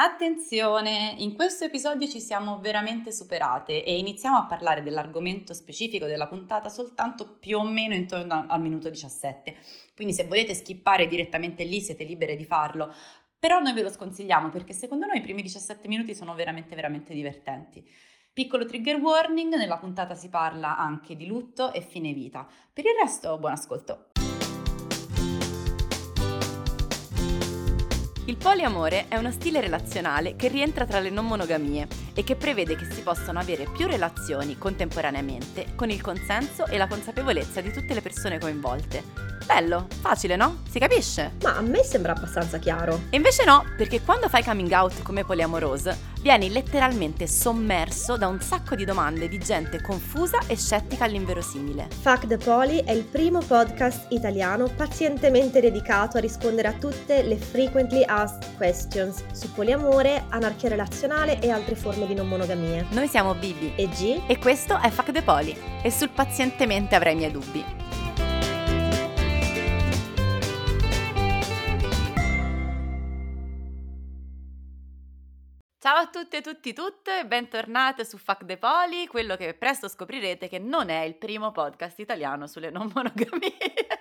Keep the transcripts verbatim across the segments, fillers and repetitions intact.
Attenzione, in questo episodio ci siamo veramente superate e iniziamo a parlare dell'argomento specifico della puntata soltanto più o meno intorno a- al minuto diciassette. Quindi se volete skippare direttamente lì siete libere di farlo, però noi ve lo sconsigliamo perché secondo noi i primi diciassette minuti sono veramente veramente divertenti. Piccolo trigger warning, nella puntata si parla anche di lutto e fine vita. Per il resto, buon ascolto. Il poliamore è uno stile relazionale che rientra tra le non monogamie e che prevede che si possano avere più relazioni contemporaneamente con il consenso e la consapevolezza di tutte le persone coinvolte. Bello, facile, no? Si capisce? Ma a me sembra abbastanza chiaro. E invece no, perché quando fai coming out come poliamoroso, vieni letteralmente sommerso da un sacco di domande di gente confusa e scettica all'inverosimile. Fuck the Poly è il primo podcast italiano pazientemente dedicato a rispondere a tutte le frequently asked questions su poliamore, anarchia relazionale e altre forme di non monogamie. Noi siamo Bibi E G? e questo è Fuck the Poly e sul pazientemente avrai i miei dubbi. Ciao a tutte e tutti tutte, bentornate su Fuck the Poly, quello che presto scoprirete che non è il primo podcast italiano sulle non monogamie.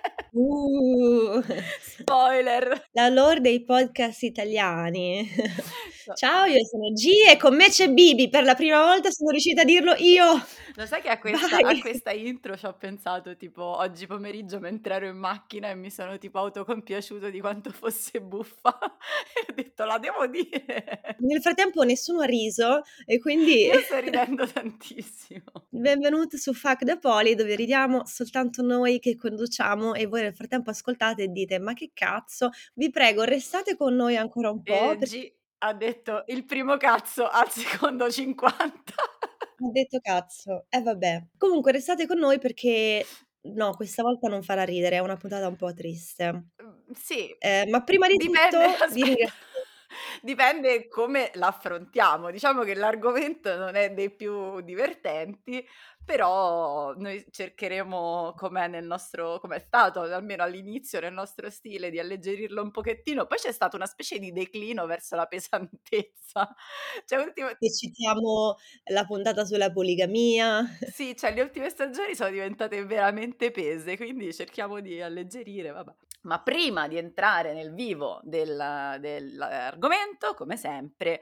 Uh, Spoiler! la lore dei podcast italiani. No. Ciao, io sono G e con me c'è Bibi. Per la prima volta sono riuscita a dirlo io. Lo sai che a questa, a Vai. questa intro ci ho pensato tipo oggi pomeriggio mentre ero in macchina e mi sono tipo autocompiaciuto di quanto fosse buffa e ho detto la devo dire. Nel frattempo nessuno ha riso e quindi Io sto ridendo tantissimo. benvenuti su Fuck the Poly, dove ridiamo soltanto noi che conduciamo e voi nel frattempo ascoltate e dite ma che cazzo, vi prego restate con noi ancora un po' E perché G ha detto il primo cazzo al secondo cinquanta. ho detto cazzo, e vabbè. Comunque restate con noi perché no, questa volta non farà ridere, è una puntata un po' triste. Mhmm, sì, Ehm, ma prima di dipende tutto vi aspetta, ringrazio. dipende come l'affrontiamo. Diciamo che l'argomento non è dei più divertenti, però noi cercheremo, com'è nel nostro com'è stato almeno all'inizio nel nostro stile, di alleggerirlo un pochettino. Poi c'è stato una specie di declino verso la pesantezza. Cioè ultimo Che citiamo la puntata sulla poligamia. Sì, cioè le ultime stagioni sono diventate veramente pese, quindi cerchiamo di alleggerire, vabbè. Ma prima di entrare nel vivo del dell'argomento, come sempre,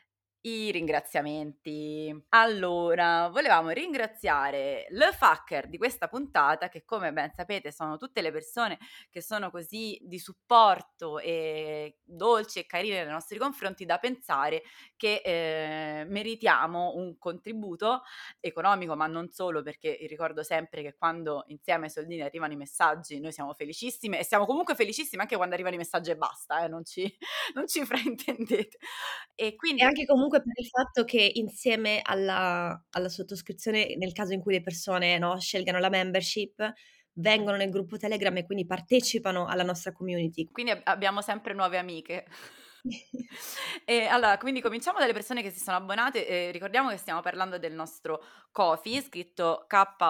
i ringraziamenti. Allora, volevamo ringraziare il fucker di questa puntata, che come ben sapete sono tutte le persone che sono così di supporto e dolci e carine nei nostri confronti da pensare che eh, meritiamo un contributo economico, ma non solo, perché ricordo sempre che quando insieme ai soldini arrivano i messaggi noi siamo felicissime e siamo comunque felicissime anche quando arrivano i messaggi e basta, eh, non ci, non ci fraintendete. E E quindi anche comunque per il fatto che insieme alla alla sottoscrizione, nel caso in cui le persone, no, scelgano la membership, vengono nel gruppo Telegram e quindi partecipano alla nostra community. Quindi ab- abbiamo sempre nuove amiche. E allora, quindi cominciamo dalle persone che si sono abbonate. Eh, ricordiamo che stiamo parlando del nostro Ko-fi, scritto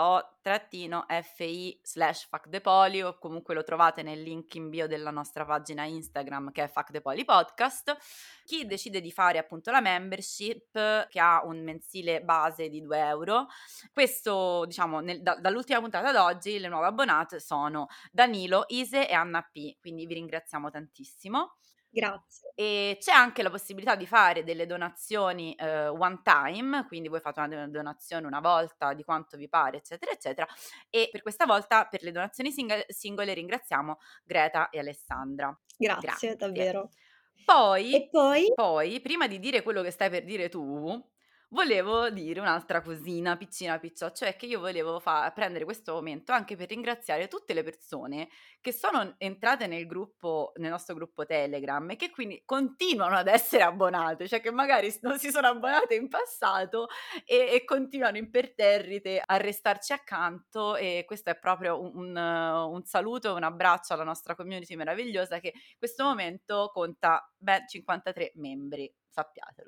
ko-fi slash fuck the poly, o comunque lo trovate nel link in bio della nostra pagina Instagram che è Fuck the Poly Podcast. Chi decide di fare appunto la membership, che ha un mensile base di due euro, questo diciamo nel- da- dall'ultima puntata ad oggi le nuove abbonate sono Danilo, Ise e Anna P, quindi vi ringraziamo tantissimo. Grazie. E c'è anche la possibilità di fare delle donazioni eh, one time, quindi voi fate una do- donazione una volta di quanto vi pare, eccetera, eccetera. E per questa volta, per le donazioni sing- singole, ringraziamo Greta e Alessandra. Grazie, Grazie. davvero. Poi, E poi poi, prima di dire quello che stai per dire tu, volevo dire un'altra cosina piccina picciò, cioè che io volevo fa- prendere questo momento anche per ringraziare tutte le persone che sono entrate nel gruppo, nel nostro gruppo Telegram e che quindi continuano ad essere abbonate, cioè che magari s- non si sono abbonate in passato e, e continuano imperterrite a restarci accanto, e questo è proprio un, un, eh, un saluto e un abbraccio alla nostra community meravigliosa che in questo momento conta ben cinquantatré membri, sappiatelo.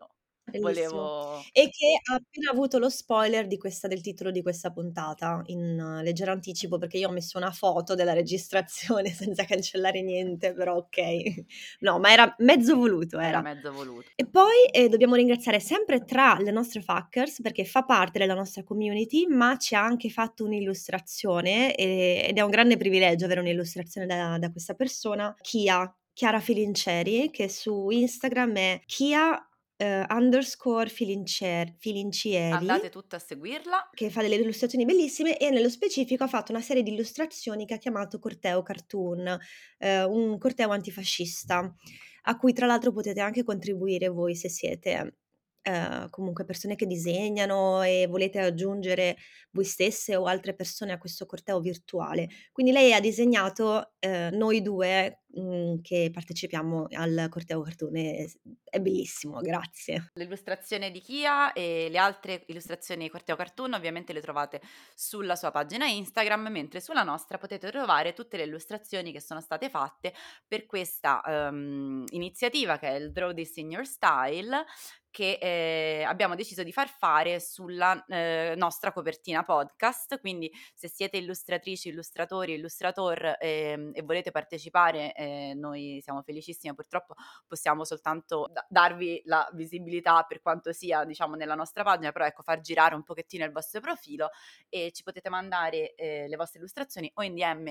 Bellissimo. volevo E che ha appena avuto lo spoiler di questa del titolo di questa puntata in leggero anticipo, perché io ho messo una foto della registrazione senza cancellare niente, però okay. No, ma era mezzo voluto Era era. mezzo voluto. E poi, ehm, dobbiamo ringraziare sempre tra le nostre Fuckers, perché fa parte della nostra community, ma ci ha anche fatto un'illustrazione, ehm, ed è un grande privilegio avere un'illustrazione da da questa persona, Chia, Chiara Filinceri, che su Instagram è Chia, ehm, underscore Filincer Filincieri, Andate tutte a seguirla. che fa delle illustrazioni bellissime e nello specifico ha fatto una serie di illustrazioni che ha chiamato Corteo Cartoon, ehm, un corteo antifascista, a cui tra l'altro potete anche contribuire voi se siete, ehm, comunque persone che disegnano e volete aggiungere voi stesse o altre persone a questo corteo virtuale. Quindi lei ha disegnato, ehm, noi due, mhmm, che partecipiamo al corteo cartoon e s è bellissimo, grazie. L'illustrazione di Chia e le altre illustrazioni di Corteo Cartoon ovviamente le trovate sulla sua pagina Instagram, mentre sulla nostra potete trovare tutte le illustrazioni che sono state fatte per questa ehm, iniziativa che è il Draw This in Your Style, che eh, abbiamo deciso di far fare sulla eh, nostra copertina podcast. Quindi se siete illustratrici, illustratori, illustrator ehm, e volete partecipare, eh, noi siamo felicissimi. Purtroppo possiamo soltanto da- darvi la visibilità per quanto sia, diciamo, nella nostra pagina, però ecco, far girare un pochettino il vostro profilo e ci potete mandare eh, le vostre illustrazioni o in D M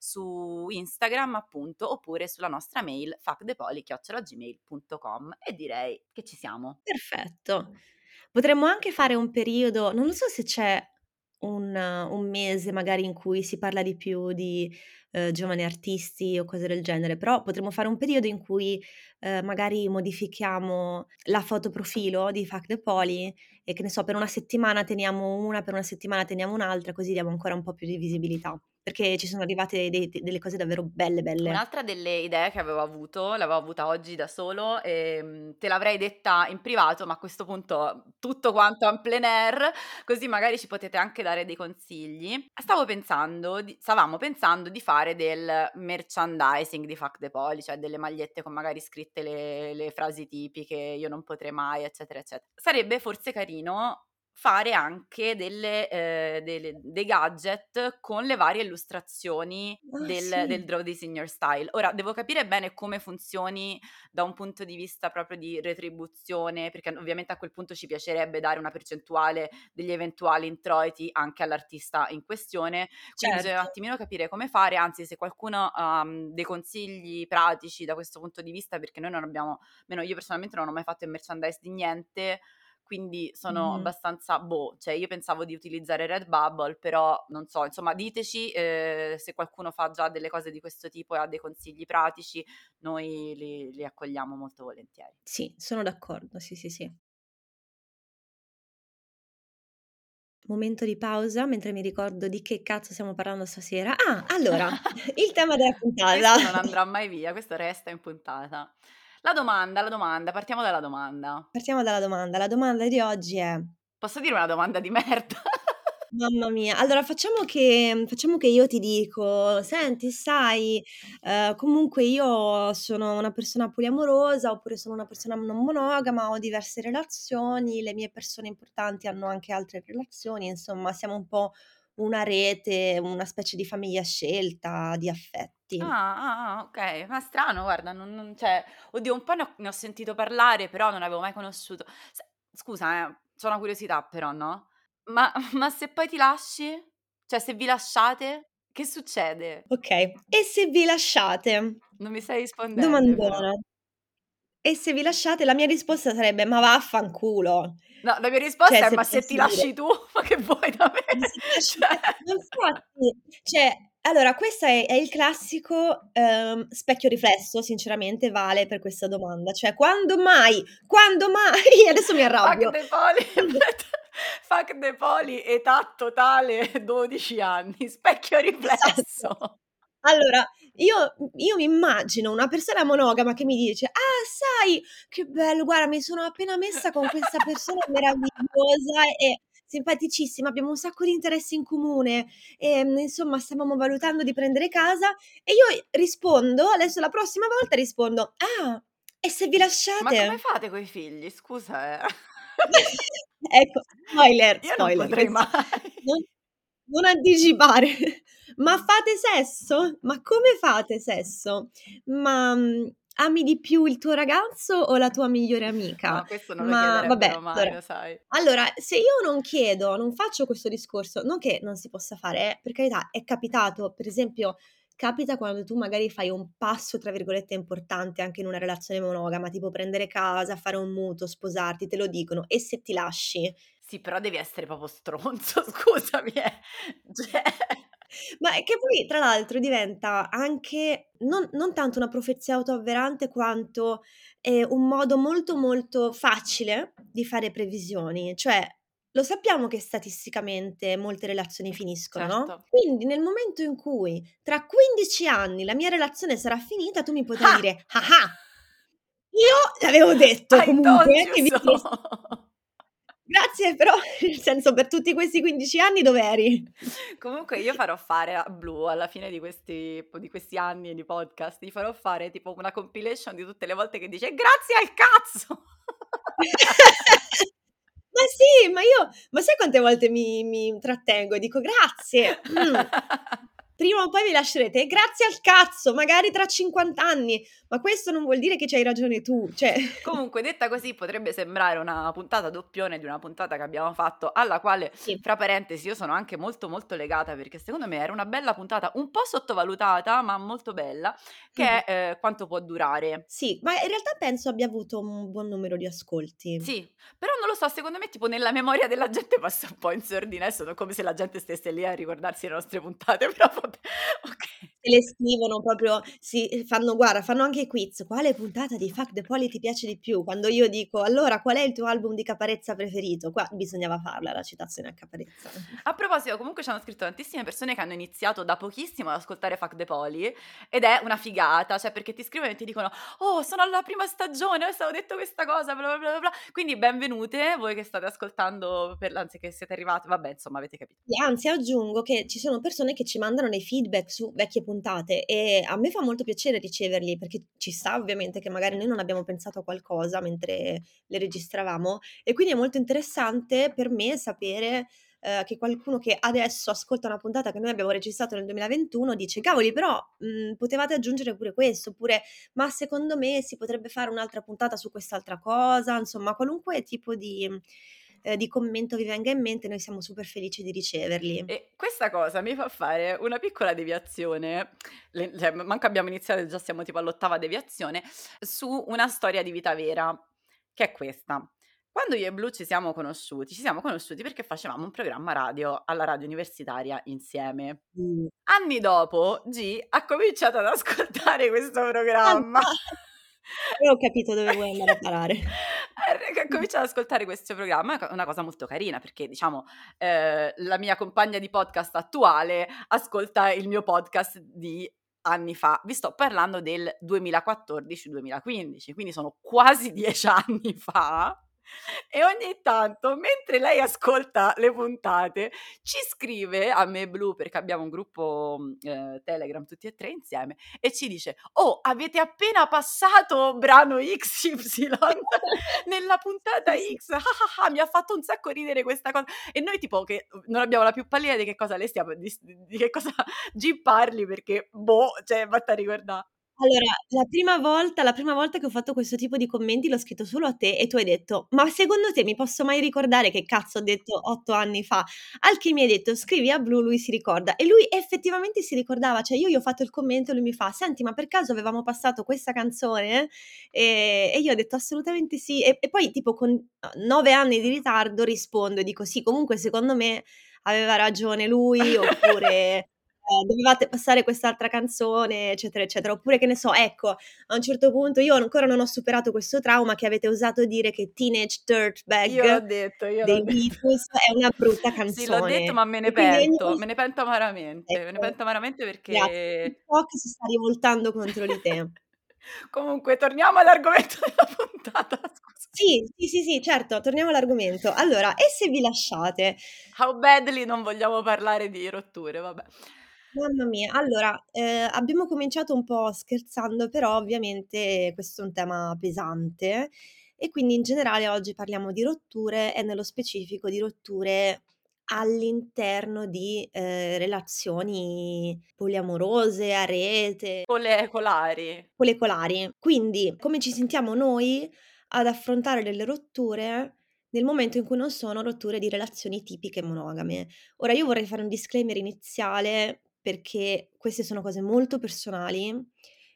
su Instagram, appunto, oppure sulla nostra mail facdepoli chiocciola gmail punto com. E direi che ci siamo. Perfetto. Potremmo anche fare un periodo, non lo so se c'è un un mese magari in cui si parla di più di, ehm, giovani artisti o cose del genere, però potremmo fare un periodo in cui, ehm, magari modifichiamo la foto profilo di Fuck the Poly e che ne so, per una settimana teniamo una, per una settimana teniamo un'altra, così diamo ancora un po' più di visibilità, perché ci sono arrivate dei de delle cose davvero belle, belle. Un'altra delle idee che avevo avuto, l'avevo avuta oggi da solo, ehm, te l'avrei detta in privato, ma a questo punto tutto quanto en plein air, così magari ci potete anche dare dei consigli. Stavo pensando di stavamo pensando di fare del merchandising di Fuck the Poly, cioè delle magliette con magari scritte le le frasi tipiche, "Io non potrei mai", eccetera, eccetera. Sarebbe forse carino fare anche delle ehm, delle dei gadget con le varie illustrazioni Ah del sì. del Draw This in Your Style. Ora devo capire bene come funzioni da un punto di vista proprio di retribuzione, perché ovviamente a quel punto ci piacerebbe dare una percentuale degli eventuali introiti anche all'artista in questione, quindi bisogna un Certo. attimino capire come fare, anzi se qualcuno ha, mhmm, dei consigli pratici da questo punto di vista, perché noi non abbiamo almeno io personalmente non ho mai fatto il merchandise di niente, quindi sono Mh-mh. abbastanza boh, cioè io pensavo di utilizzare Redbubble, però non so, insomma diteci, ehm, se qualcuno fa già delle cose di questo tipo e ha dei consigli pratici, noi li li accogliamo molto volentieri. Sì, sono d'accordo, sì, sì, sì. Momento di pausa mentre mi ricordo di che cazzo stiamo parlando stasera. Ah, allora, il tema della puntata. Questo non andrà mai via, questo resta in puntata. La domanda, la domanda, partiamo dalla domanda. Partiamo dalla domanda. La domanda di oggi è: Posso dire una domanda di merda? mamma mia, allora facciamo che facciamo che io ti dico: "Senti, sai, ehm, comunque io sono una persona poliamorosa", oppure "Sono una persona non monogama, ho diverse relazioni, le mie persone importanti hanno anche altre relazioni", insomma siamo un po' una rete, una specie di famiglia a scelta di affetti. Ah, ah, ah, okay. Ma strano guarda, non non cioè, oddio un po' ne ho ne ho sentito parlare, però non avevo mai conosciuto s scusa eh, c'ho una curiosità però, no, ma ma se poi ti lasci? Cioè se vi lasciate, che succede? Okay, e se vi lasciate? Non mi stai rispondendo però. Domandona. E se vi lasciate la mia risposta sarebbe: "Ma vaffanculo". No, la mia Cioè, risposta è: se "Ma se ti posso dire. lasci tu? Ma che vuoi da me?" Ma se ti lasci Cioè te ma infatti, cioè allora questa è è il classico, ehm, specchio riflesso, sinceramente vale per questa domanda. Cioè, quando mai, quando mai adesso mi fuck arrabbio. the poli Quando fuck the poli, età totale dodici anni, specchio esatto. riflesso. Allora, io mhmm, io mi immagino una persona monogama che mi dice: "Ah, sai, che bello, guarda mi sono appena messa con questa persona meravigliosa e simpaticissima, abbiamo un sacco di interessi in comune, ehm, insomma stavamo valutando di prendere casa", e io rispondo adesso la prossima volta rispondo: "Ah, E se vi Ma lasciate? come fate coi figli? Scusa, eh. Ecco, spoiler, Io non spoiler, potrei questo mai. non non anticipare. Ma fate sesso? Ma come fate sesso? Ma, mhmm, ami di più il tuo ragazzo o la tua migliore amica? No, questo non lo Ma vabbè, chiederebbero mai, allora lo sai. allora se io non chiedo, non faccio questo discorso, non che non si possa fare, eh, per carità, è capitato. Per esempio, capita quando tu magari fai un passo, tra virgolette, "importante" anche in una relazione monogama, tipo prendere casa, fare un mutuo, sposarti, te lo dicono. E se ti lasci? Sì, però devi essere proprio stronzo, scusami, eh. Cioè Ma è che poi tra l'altro diventa anche non non tanto una profezia autoavverante quanto, ehm, un modo molto, molto facile di fare previsioni. Cioè, lo sappiamo che statisticamente molte relazioni finiscono, no, Certo. quindi nel momento in cui tra quindici anni la mia relazione sarà finita, tu mi potrai Ah! dire: "Ah-ah, io l'avevo detto I told comunque you che vi so. sareste". Grazie, però nel senso per tutti questi quindici anni dov'eri? Comunque io farò fare a Blu alla fine di questi po di questi anni di podcast, gli farò fare tipo una compilation di tutte le volte che dice: "Grazie al cazzo!" Ma sì, ma io ma sai quante volte mi mi trattengo e dico: "Grazie, mh, prima o poi vi lascerete". E grazie al cazzo, magari tra cinquanta anni, ma questo non vuol dire che c'hai ragione tu, cioè Comunque detta così potrebbe sembrare una puntata doppione di una puntata che abbiamo fatto, alla quale, sì. fra parentesi, io sono anche molto, molto legata perché secondo me era una bella puntata, un po' sottovalutata, ma molto bella, che Mh-mh. è, ehm, Quanto può durare. Sì, ma in realtà penso abbia avuto un buon numero di ascolti. Sì, però non lo so, secondo me tipo nella memoria della gente passa un po' in sordina, adesso non come se la gente stesse lì a ricordarsi le nostre puntate, però vabbè, okay. Se le scrivono proprio si ehm, fanno guarda, fanno anche i quiz: "Quale puntata di Fuck the Polly ti piace di più?" Quando io dico: "Allora qual è il tuo album di Caparezza preferito?" Qua bisognava farla la citazione a Caparezza. A proposito, comunque ci hanno scritto tantissime persone che hanno iniziato da pochissimo ad ascoltare Fuck the Poly ed è una figata, cioè perché ti scrivono e ti dicono: "Oh, sono alla prima stagione, adesso avevo detto questa cosa, bla bla bla bla". Quindi benvenute voi che state ascoltando per anzi che siete arrivate, vabbè insomma avete capito. E anzi aggiungo che ci sono persone che ci mandano dei feedback su vecchie puntate e a me fa molto piacere riceverli, perché ci sta ovviamente che magari noi non abbiamo pensato a qualcosa mentre le registravamo e quindi è molto interessante per me sapere, ehm, che qualcuno che adesso ascolta una puntata che noi abbiamo registrato nel duemilaventuno dice: "Cavoli però, mhmm, potevate aggiungere pure questo", oppure: "Ma secondo me si potrebbe fare un'altra puntata su quest'altra cosa", insomma qualunque tipo di ehm, di commento vi venga in mente, noi siamo super felici di riceverli. E questa cosa mi fa fare una piccola deviazione, le cioè m manco abbiamo iniziato e già siamo tipo all'ottava deviazione, su una storia di vita vera, che è questa. Quando io e Blu ci siamo conosciuti, ci siamo conosciuti perché facevamo un programma radio alla radio universitaria insieme. Mh. Anni dopo G ha cominciato ad ascoltare questo programma. Ora ho capito dove vuoi andare a parare. Eh, che ha cominciato ad ascoltare questo programma, è una cosa molto carina perché diciamo, ehm, la mia compagna di podcast attuale ascolta il mio podcast di anni fa. Vi sto parlando del duemilaquattordici duemilaquindici, quindi sono quasi dieci anni fa e ogni tanto mentre lei ascolta le puntate ci scrive a me e Blu, perché abbiamo un gruppo, mhmm, ehm, Telegram tutti e tre insieme e ci dice: "Oh, avete appena passato brano X Y nella puntata Sì, sì. X, ah, ah, ah, mi ha fatto un sacco ridere questa cosa". E noi tipo che, uhm, non abbiamo la più pallida di che cosa lei stia di s di che cosa G parli perché boh, cioè vatte a ricordà. Allora, la prima volta la prima volta che ho fatto questo tipo di commenti l'ho scritto solo a te e tu hai detto: "Ma secondo te mi posso mai ricordare che cazzo ho detto otto anni fa?" Al che mi hai detto: "Scrivi a Blu, lui si ricorda." E lui effettivamente si ricordava, cioè io gli ho fatto il commento e lui mi fa: "Senti, ma per caso avevamo passato questa canzone?" Ehm, e io ho detto: "Assolutamente sì." E e poi tipo con, uhm, nove anni di ritardo rispondo e dico: "Sì, comunque secondo me aveva ragione lui." Oppure ehm, "Dovevate passare quest'altra canzone", eccetera, eccetera. Oppure che ne so, ecco, a un certo punto io ancora non ho superato questo trauma che avete osato dire che Teenage Io l'ho Dirtbag detto, io l'ho dei detto. Beatles è una brutta Sì, l'ho detto, canzone. ma me ne E quindi ogni pento, vol me ne pento amaramente, me ne ecco, pento amaramente grazie. perché TikTok si sta rivoltando contro di te. comunque torniamo all'argomento della puntata, scusa. Sì, sì, sì, sì, certo, torniamo all'argomento. Allora, e se vi lasciate? How badly non vogliamo parlare di rotture, vabbè. Mamma mia. Allora, ehm, abbiamo cominciato un po' scherzando, però ovviamente questo è un tema pesante e quindi in generale oggi parliamo di rotture e nello specifico di rotture all'interno di, ehm, relazioni poliamorose, a rete, Molecolari. molecolari. Quindi come ci sentiamo noi ad affrontare delle rotture nel momento in cui non sono rotture di relazioni tipiche monogame. Ora io vorrei fare un disclaimer iniziale perché queste sono cose molto personali, ehm,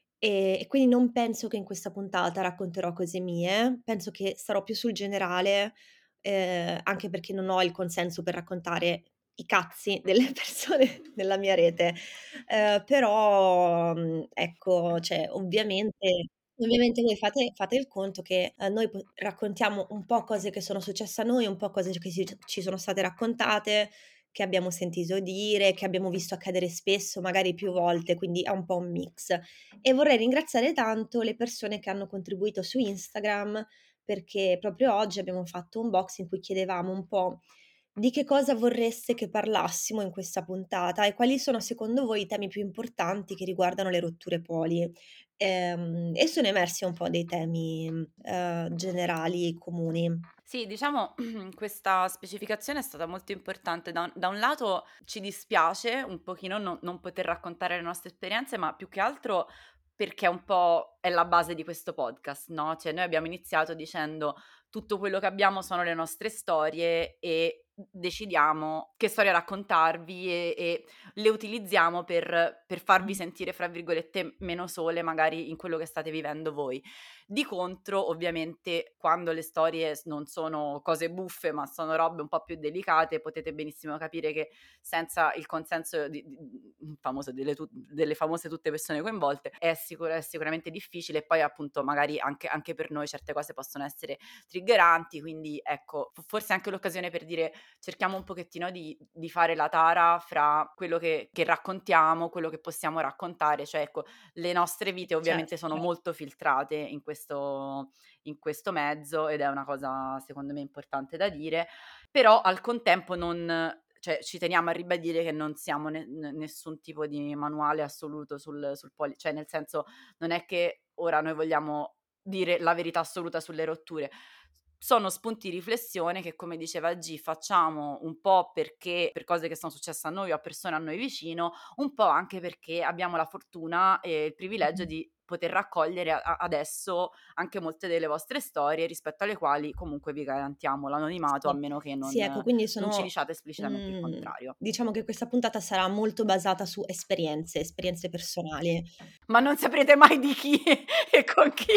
e quindi non penso che in questa puntata racconterò cose mie, penso che sarò più sul generale, ehm, anche perché non ho il consenso per raccontare i cazzi delle persone nella mia rete. Ehm, però, mhmm, ecco, cioè ovviamente ovviamente voi fate fate il conto che, ehm, noi po raccontiamo un po' cose che sono successe a noi, un po' cose che ci ci sono state raccontate, che abbiamo sentito dire, che abbiamo visto accadere spesso, magari più volte, quindi è un po' un mix. E vorrei ringraziare tanto le persone che hanno contribuito su Instagram, perché proprio oggi abbiamo fatto un box in cui chiedevamo un po' di che cosa vorreste che parlassimo in questa puntata e quali sono secondo voi i temi più importanti che riguardano le rotture poli. Ehm, e sono emersi un po' dei temi, ehm, generali comuni. Sì, diciamo questa specificazione è stata molto importante. Da un da un lato ci dispiace un pochino non non poter raccontare le nostre esperienze, ma più che altro perché un po' è la base di questo podcast, no, cioè noi abbiamo iniziato dicendo: "Tutto quello che abbiamo sono le nostre storie e decidiamo che storia raccontarvi e e le utilizziamo per per farvi sentire, fra virgolette, "meno sole" magari in quello che state vivendo voi". Di contro, ovviamente, quando le storie s non sono cose buffe, ma sono robe un po' più delicate, potete benissimo capire che senza il consenso di di mhmm, famoso delle tu delle famose tutte persone coinvolte è sicura è sicuramente difficile e poi appunto magari anche anche per noi certe cose possono essere triggeranti, quindi ecco, f forse è anche l'occasione per dire cerchiamo un pochettino di di fare la tara fra quello che che raccontiamo, quello che possiamo raccontare, cioè ecco, le nostre vite ovviamente Certo, sono cer molto filtrate in questo in questo mezzo ed è una cosa secondo me importante da dire, però al contempo non cioè ci teniamo a ribadire che non siamo ne ne nessun tipo di manuale assoluto sul sul poli cioè nel senso non è che ora noi vogliamo dire la verità assoluta sulle rotture. Sono spunti di riflessione che, come diceva G, facciamo un po' perché per cose che sono successe a noi o a persone a noi vicino, un po' anche perché abbiamo la fortuna e il privilegio di poter raccogliere a a adesso anche molte delle vostre storie, rispetto alle quali comunque vi garantiamo l'anonimato, a sì. meno che Sì, non ecco, quindi non ci sono diciate esplicitamente il mhmm, contrario. diciamo che questa puntata sarà molto basata su esperienze, esperienze personali. Ma non saprete mai di chi e con chi.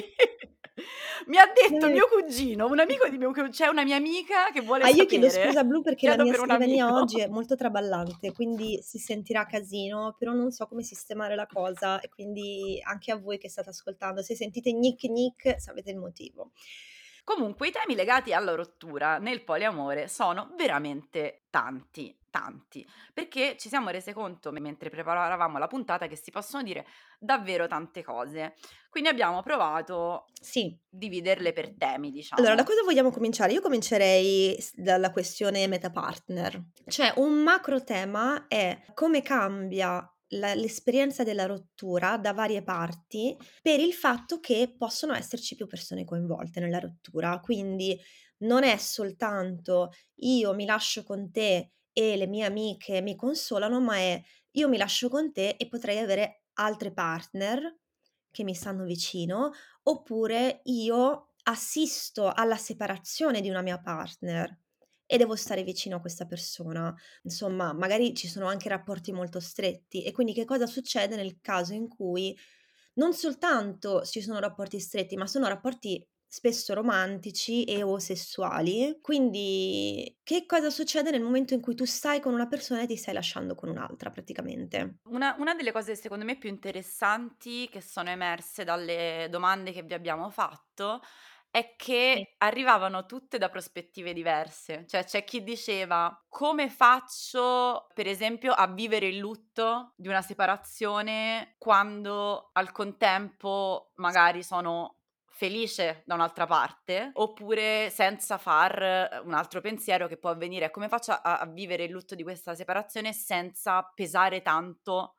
Mi ha detto Eh. mio cugino, un amico di mio cu c'è una mia amica che vuole Ah, io chiedo sapere. scusa Blu perché la Chiedo mia per un scrivania amico. oggi è molto traballante, quindi si sentirà casino, però non so come sistemare la cosa e quindi anche a voi che state ascoltando, se sentite gnic gnic sapete il motivo. Comunque i temi legati alla rottura nel poliamore sono veramente tanti, tanti, perché ci siamo rese conto me mentre preparavamo la puntata che si possono dire davvero tante cose. Quindi abbiamo provato Sì. dividerle per temi, Allora, da diciamo. cosa vogliamo cominciare? Io comincerei s dalla questione meta partner. Cioè, un macro tema è come cambia la l'esperienza della rottura da varie parti, per il fatto che possono esserci più persone coinvolte nella rottura. Quindi non è soltanto: io mi lascio con te e le mie amiche mi consolano, ma è: io mi lascio con te e potrei avere altre partner che mi stanno vicino, oppure io assisto alla separazione di una mia partner e devo stare vicino a questa persona. Insomma, magari ci sono anche rapporti molto stretti e quindi che cosa succede nel caso in cui non soltanto ci sono rapporti stretti, ma sono rapporti spesso romantici e o sessuali. Quindi che cosa succede nel momento in cui tu stai con una persona e ti stai lasciando con un'altra praticamente? Una una delle cose secondo me più interessanti che sono emerse dalle domande che vi abbiamo fatto, è Sì. che arrivavano tutte da prospettive diverse. Cioè c'è chi diceva: "Come faccio, per esempio, a vivere il lutto di una separazione quando al contempo magari sono felice da un'altra parte?" Oppure senza far eh, un altro pensiero che può avvenire è: "Come faccio a a vivere il lutto di questa separazione senza pesare tanto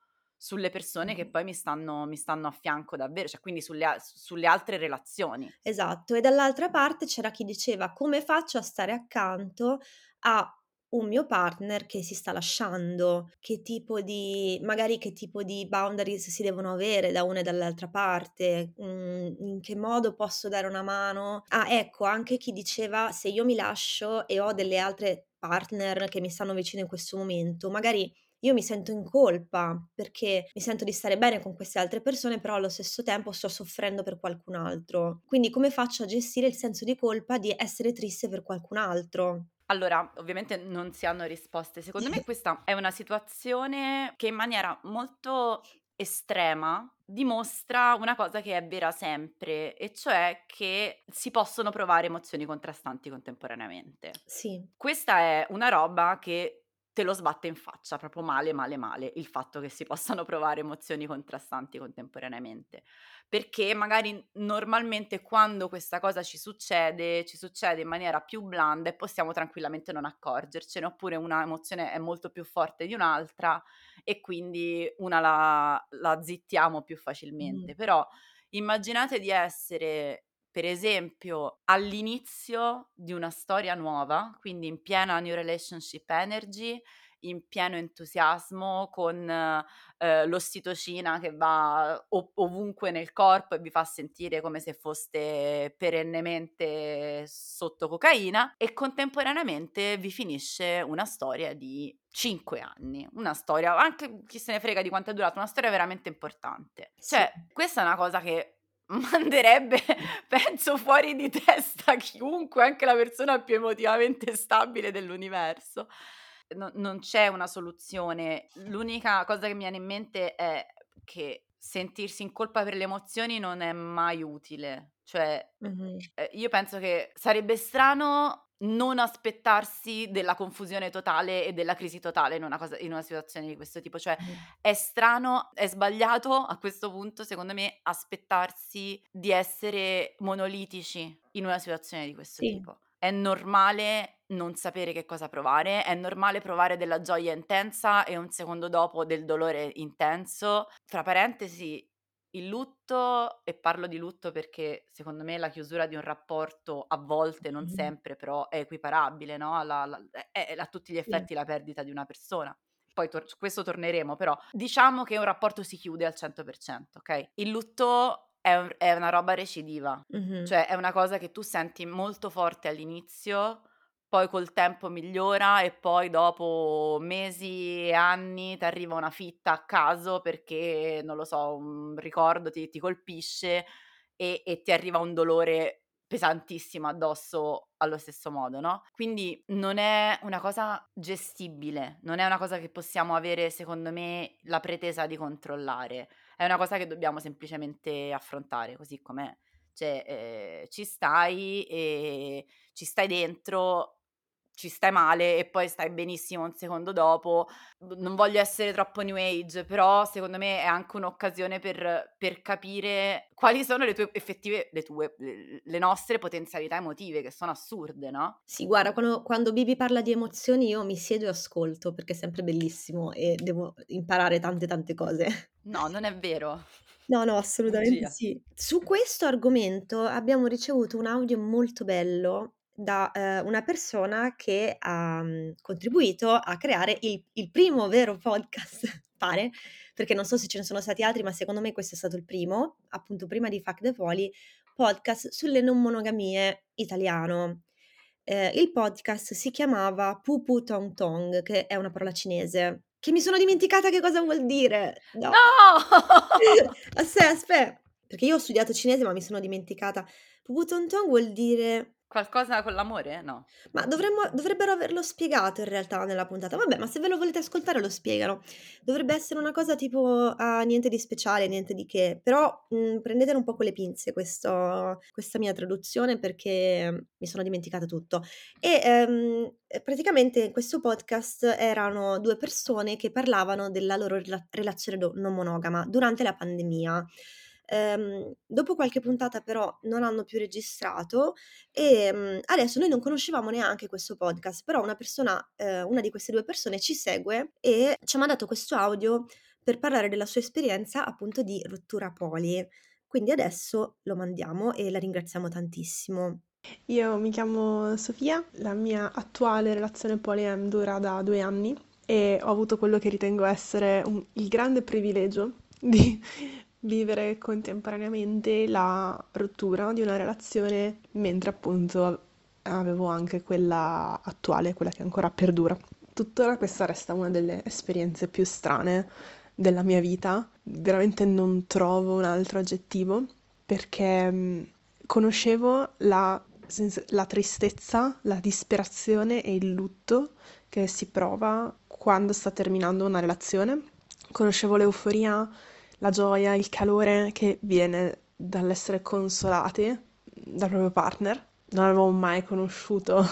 sulle persone che Mh-mh. poi mi stanno mi stanno a fianco davvero, cioè quindi sulle a sulle altre relazioni. Esatto, e dall'altra parte c'era chi diceva: "Come faccio a stare accanto a un mio partner che si sta lasciando? Che tipo di magari che tipo di boundaries si devono avere da una e dall'altra parte? Mhmm, in che modo posso dare una mano?" Ah, ecco, anche chi diceva: "Se io mi lascio e ho delle altre partner che mi stanno vicino in questo momento, magari io mi sento in colpa perché mi sento di stare bene con queste altre persone, però allo stesso tempo sto soffrendo per qualcun altro. Quindi come faccio a gestire il senso di colpa di essere triste per qualcun altro?" Allora, ovviamente non si hanno risposte. Secondo me questa è una situazione che in maniera molto estrema dimostra una cosa che è vera sempre, e cioè che si possono provare emozioni contrastanti contemporaneamente. Sì. Questa è una roba che te lo sbatte in faccia, proprio male, male, male, il fatto che si possano provare emozioni contrastanti contemporaneamente. Perché magari normalmente quando questa cosa ci succede, ci succede in maniera più blanda e possiamo tranquillamente non accorgercene, oppure una emozione è molto più forte di un'altra e quindi una la, la zittiamo più Mh-mh. facilmente. Però immaginate di essere, per esempio, all'inizio di una storia nuova, quindi in piena new relationship energy, in pieno entusiasmo, con eh, l'ossitocina che va ov- ovunque nel corpo e vi fa sentire come se foste perennemente sotto cocaina, e contemporaneamente vi finisce una storia di cinque anni, una storia, anche chi se ne frega di quanto è durata, una storia veramente importante. Sì. Cioè, questa è una cosa che manderebbe, penso, fuori di testa chiunque, anche la persona più emotivamente stabile dell'universo. No, non c'è una soluzione. L'unica cosa che mi viene in mente è che sentirsi in colpa per le emozioni non è mai utile. Cioè, Mh-mh. ehm, io penso che sarebbe strano non aspettarsi della confusione totale e della crisi totale in una cosa in una situazione di questo tipo. Cioè, Mh. è strano, è sbagliato a questo punto, secondo me, aspettarsi di essere monolitici in una situazione di questo Sì. tipo. È normale non sapere che cosa provare, è normale provare della gioia intensa e un secondo dopo del dolore intenso. Fra parentesi, il lutto, e parlo di lutto perché secondo me la chiusura di un rapporto a volte, non Mh-mh. sempre, però è equiparabile, no, alla alla è è a tutti gli Sì. effetti la perdita di una persona. Poi tor su questo torneremo, però diciamo che un rapporto si chiude al cento per cento, okay? Il lutto è un è una roba recidiva, Mh-mh. cioè è una cosa che tu senti molto forte all'inizio, poi col tempo migliora e poi dopo mesi e anni t'arriva una fitta a caso perché, non lo so, un ricordo ti ti colpisce e e ti arriva un dolore pesantissimo addosso allo stesso modo, no, quindi non è una cosa gestibile, non è una cosa che possiamo avere, secondo me, la pretesa di controllare. È una cosa che dobbiamo semplicemente affrontare così com'è. Cioè, ehm, ci stai e ci stai dentro, ci stai male e poi stai benissimo un secondo dopo. B non voglio essere troppo new age, però secondo me è anche un'occasione per per capire quali sono le tue effettive le tue, le le nostre potenzialità emotive, che sono assurde, no? Sì, guarda, quando quando Bibi parla di emozioni io mi siedo e ascolto perché è sempre bellissimo e devo imparare tante, tante cose. No, non è vero. No, no, assolutamente Bugia. sì. Su questo argomento abbiamo ricevuto un audio molto bello da, ehm, una persona che ha, mhmm, contribuito a creare il il primo vero podcast, pare, perché non so se ce ne sono stati altri, ma secondo me questo è stato il primo, appunto prima di Fuck the Poly, podcast sulle non monogamie italiano. Ehm, il podcast si chiamava Pu Pu Tong Tong, che è una parola cinese, che mi sono dimenticata che cosa vuol dire. No. No! Aspe aspe perché io ho studiato cinese, ma mi sono dimenticata. Pu Pu Tong Tong vuol dire Qualcosa con l'amore? No. ma dovremmo dovrebbero averlo spiegato in realtà nella puntata. Vabbè, ma se ve lo volete ascoltare lo spiegano. Dovrebbe essere una cosa tipo: "Ah, niente di speciale, niente di che", però, mhmm, prendetelo un po' con le pinze questo questa mia traduzione perché mm, mi sono dimenticata tutto. E, ehm, e praticamente in questo podcast erano due persone che parlavano della loro rela relazione do non monogama durante la pandemia. Ehm, dopo qualche puntata però non hanno più registrato. Ehm, adesso noi non conoscevamo neanche questo podcast, però una persona ehm, una di queste due persone ci segue e ci ha mandato questo audio per parlare della sua esperienza appunto di rottura poli. Quindi adesso lo mandiamo e la ringraziamo tantissimo. Io mi chiamo Sofia, la mia attuale relazione poly-am dura da due anni e ho avuto quello che ritengo essere un- il grande privilegio di vivere contemporaneamente la rottura di una relazione mentre appunto avevo anche quella attuale, quella che ancora perdura. Tuttora questa resta una delle esperienze più strane della mia vita, veramente non trovo un altro aggettivo perché mh, conoscevo la, sens- la tristezza, la disperazione e il lutto che si prova quando sta terminando una relazione. Conoscevo l'euforia, la gioia, il calore che viene dall'essere consolati dal proprio partner. Non avevo mai conosciuto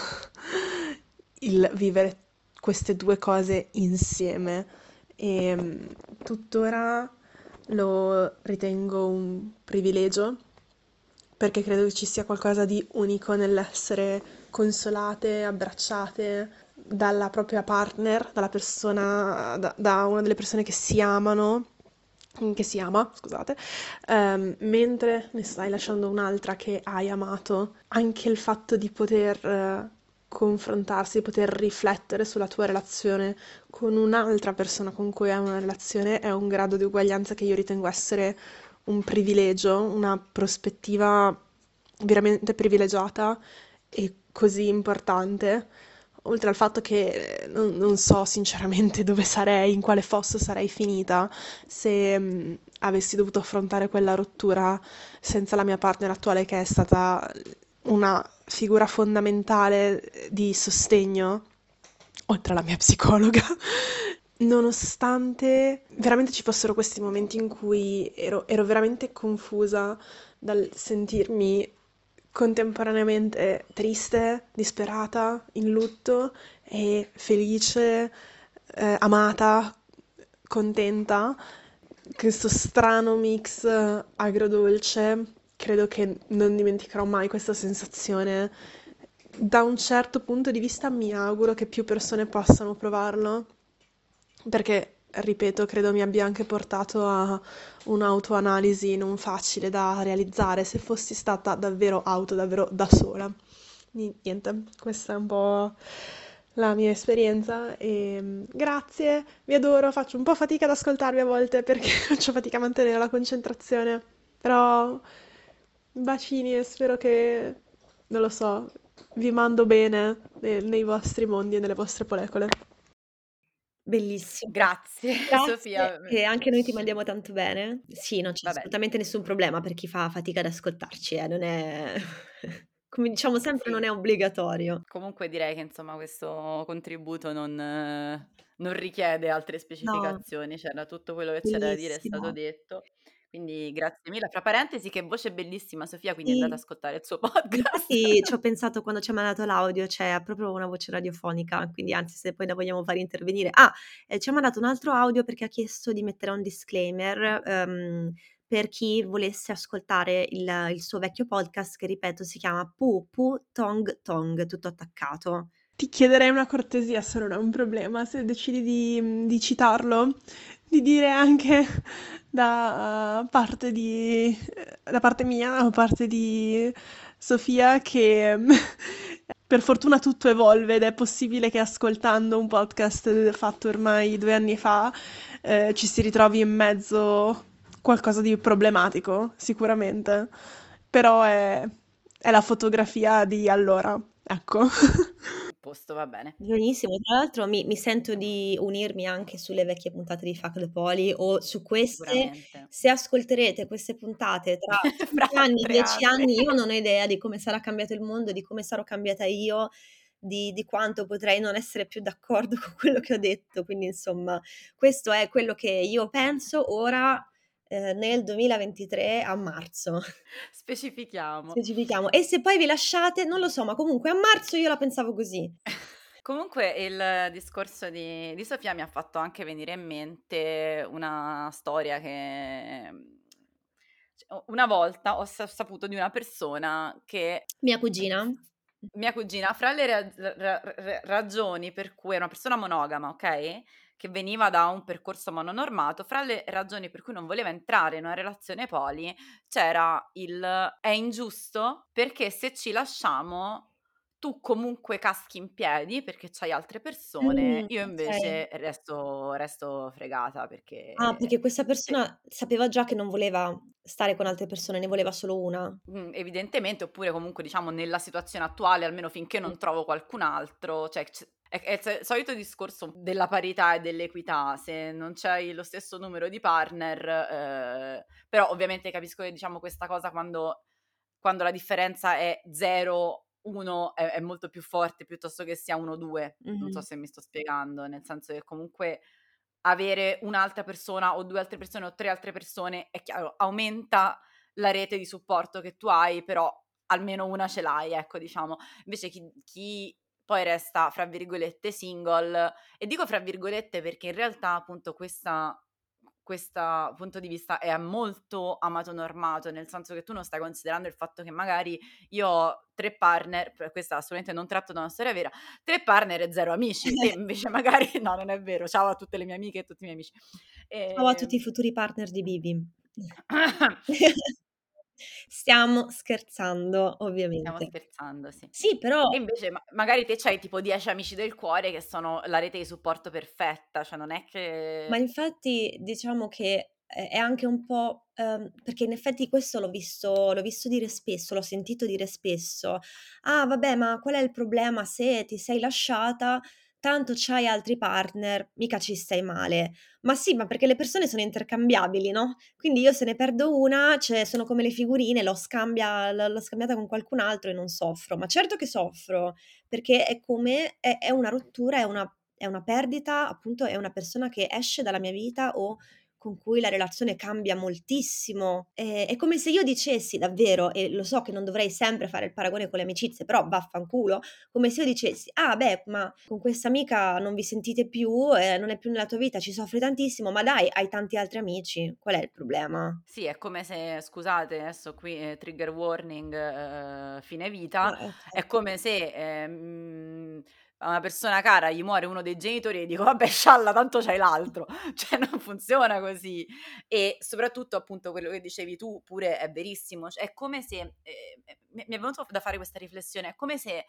il vivere queste due cose insieme e mm, tuttora lo ritengo un privilegio perché credo che ci sia qualcosa di unico nell'essere consolate, abbracciate dalla propria partner, dalla persona, da, da una delle persone che si amano, che si ama, scusate, ehm, mentre ne stai lasciando un'altra che hai amato. Anche il fatto di poter eh, confrontarsi, di poter riflettere sulla tua relazione con un'altra persona con cui hai una relazione è un grado di uguaglianza che io ritengo essere un privilegio, una prospettiva veramente privilegiata e così importante, oltre al fatto che non, non so sinceramente dove sarei, in quale fosso sarei finita se mh, avessi dovuto affrontare quella rottura senza la mia partner attuale che è stata una figura fondamentale di sostegno, oltre alla mia psicologa. Nonostante veramente ci fossero questi momenti in cui ero, ero veramente confusa dal sentirmi contemporaneamente triste, disperata, in lutto e felice, eh, amata, contenta. Questo strano mix eh, agrodolce, credo che non dimenticherò mai questa sensazione. Da un certo punto di vista mi auguro che più persone possano provarlo perché, ripeto, credo mi abbia anche portato a un'autoanalisi non facile da realizzare se fossi stata davvero auto, davvero da sola. Ni- Niente, questa è un po' la mia esperienza e mm, grazie, vi adoro, faccio un po' fatica ad ascoltarvi a volte perché faccio fatica a mantenere la concentrazione, però bacini e spero che, non lo so, vi mando bene nei, nei vostri mondi e nelle vostre molecole. Bellissimo. Grazie, Sofia. Grazie e anche noi ti mandiamo tanto bene. Sì, non c'è Vabbè, assolutamente nessun problema per chi fa fatica ad ascoltarci, eh, non è come diciamo sempre, non sì. è obbligatorio. Comunque direi che insomma questo contributo non, eh, non richiede altre No, specificazioni, c'era tutto quello che c'era da dire è stato bellissimo. detto. Quindi grazie mille. Fra parentesi, che voce bellissima, Sofia, quindi andate ad Sì, ascoltare il suo podcast. infatti ci ho pensato quando ci ha mandato l'audio, cioè ha proprio una voce radiofonica, quindi anzi se poi la vogliamo fare intervenire. Ah, eh, ci ha mandato un altro audio perché ha chiesto di mettere un disclaimer ehm, per chi volesse ascoltare il, il suo vecchio podcast che ripeto si chiama Pu Pu Tong Tong, tutto attaccato. Ti chiederei una cortesia se non è un problema, se decidi di, di citarlo, di dire anche da parte di, da parte mia, da parte di Sofia, che per fortuna tutto evolve ed è possibile che ascoltando un podcast fatto ormai due anni fa eh, ci si ritrovi in mezzo qualcosa di problematico, sicuramente, però è, è la fotografia di allora, ecco. Posto, va bene. Benissimo, tra l'altro mi, mi sento di unirmi anche sulle vecchie puntate di Fuck the Poli o su queste, Sicuramente. se ascolterete queste puntate tra Fra cinque anni, tre dieci anni. anni, io non ho idea di come sarà cambiato il mondo, di come sarò cambiata io, di, di quanto potrei non essere più d'accordo con quello che ho detto, quindi insomma questo è quello che io penso ora eh, nel duemilaventitré a marzo. Specifichiamo. Specifichiamo. E se poi vi lasciate, non lo so, ma comunque a marzo io la pensavo così. Comunque il discorso di, di Sofia mi ha fatto anche venire in mente una storia che cioè, una volta ho sa- saputo di una persona che Mia cugina? mia cugina, fra le ra- ra- ra- ragioni per cui è una persona monogama, ok? che veniva da un percorso mononormato, fra le ragioni per cui non voleva entrare in una relazione poli c'era il è ingiusto perché se ci lasciamo tu comunque caschi in piedi perché c'hai altre persone, Mh, io okay. invece resto resto fregata Ah, perché perché questa se persona sapeva già che non voleva stare con altre persone, ne voleva solo una. Mhmm, evidentemente, oppure comunque diciamo nella situazione attuale, almeno finché Mh. non trovo qualcun altro, cioè c è è il s solito discorso della parità e dell'equità, se non c'hai lo stesso numero di partner, ehm, però ovviamente capisco che diciamo questa cosa quando quando la differenza è zero, uno è è molto più forte piuttosto che sia uno, due. Non so Mh-mh. se mi sto spiegando, nel senso che comunque avere un'altra persona o due altre persone o tre altre persone, è chiaro, aumenta la rete di supporto che tu hai, però almeno una ce l'hai, ecco, diciamo. Invece chi chi poi resta, fra virgolette, "single", e dico fra virgolette perché in realtà appunto questa questa punto di vista è molto amato normato, nel senso che tu non stai considerando il fatto che magari io ho tre partner, p questa assolutamente non tratto da una storia vera, tre partner e zero amici, e invece magari no, non è vero. Ciao a tutte le mie amiche e tutti i miei amici. Ciao a tutti i Ehm futuri partner di Bibi. Stiamo scherzando, Stiamo ovviamente. scherzando, sì. Sì, però E invece ma magari te c'hai tipo dieci amici del cuore che sono la rete di supporto perfetta, cioè non è ma che infatti diciamo che è è anche un po', ehm, perché in effetti questo l'ho visto l'ho visto dire spesso, l'ho sentito dire spesso: "Ah vabbè, ma qual è il problema se ti sei lasciata, tanto c'hai altri partner, mica ci stai male". Ma sì, ma perché le persone sono intercambiabili, no, quindi io se ne perdo una, cioè sono come le figurine, l'ho scambia l l'ho scambiata con qualcun altro e non soffro. Ma certo che soffro, perché è come è è una rottura, è una è una perdita, appunto è una persona che esce dalla mia vita o con cui la relazione cambia moltissimo. Ehm, è come se io dicessi davvero, e lo so che non dovrei sempre fare il paragone con le amicizie, però vaffanculo, come se io dicessi: "Ah beh, ma con questa amica non vi sentite più, ehm, non è più nella tua vita, ci soffri tantissimo, ma dai, hai tanti altri amici, qual è il problema?" sì, è come se scusate adesso qui, ehm, trigger warning, uhm, fine vita, Ah, è okay. come se, ehm, a una persona cara gli muore uno dei genitori e dico: "Vabbè scialla tanto c'hai l'altro." Cioè non funziona così. E soprattutto appunto quello che dicevi tu pure è verissimo, cioè è come se, ehm, mi mi è venuto da fare questa riflessione, è come se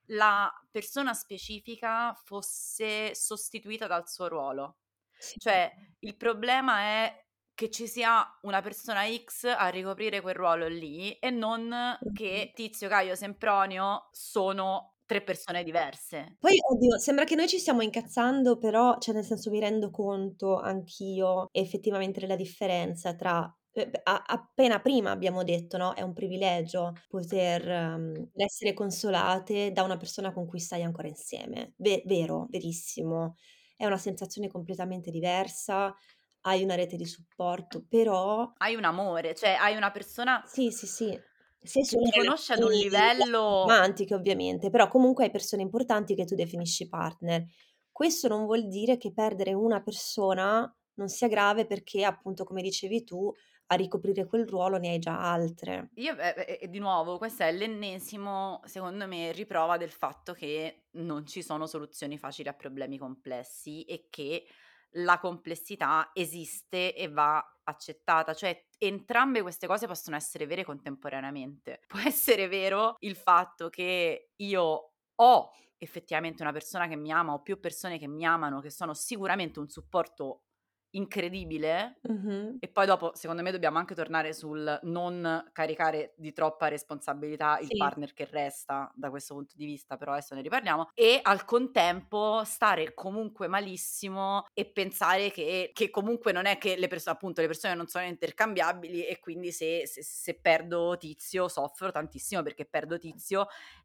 la persona specifica fosse sostituita dal suo ruolo. Sì. Cioè, il problema è che ci sia una persona X a ricoprire quel ruolo lì e non Mh-mh. che Tizio, Caio, Sempronio sono tre persone diverse. Poi oddio, sembra che noi ci stiamo incazzando, però cioè nel senso mi rendo conto anch'io effettivamente della differenza tra ehm, b a appena prima abbiamo detto, no, è un privilegio poter, mhmm, essere consolate da una persona con cui stai ancora insieme. Ve vero, verissimo. È una sensazione completamente diversa, hai una rete di supporto, però Hai un amore, cioè hai una persona sì, sì, sì. Se che sono ti conosce ad un relazioni livello. romantiche ovviamente, però comunque hai persone importanti che tu definisci partner. Questo non vuol dire che perdere una persona non sia grave perché, appunto, come dicevi tu, a ricoprire quel ruolo ne hai già altre. Io e e e di nuovo questo è l'ennesimo, secondo me, riprova del fatto che non ci sono soluzioni facili a problemi complessi e che la complessità esiste e va accettata, cioè entrambe queste cose possono essere vere contemporaneamente. Può essere vero il fatto che io ho effettivamente una persona che mi ama o più persone che mi amano, che sono sicuramente un supporto incredibile, Mh-mh. e poi dopo, secondo me, dobbiamo anche tornare sul non caricare di troppa responsabilità il Sì. partner che resta da questo punto di vista, però adesso ne riparliamo, e al contempo stare comunque malissimo e pensare che che comunque non è che le perso appunto, le persone non sono intercambiabili e quindi se se se perdo Tizio soffro tantissimo perché perdo Tizio,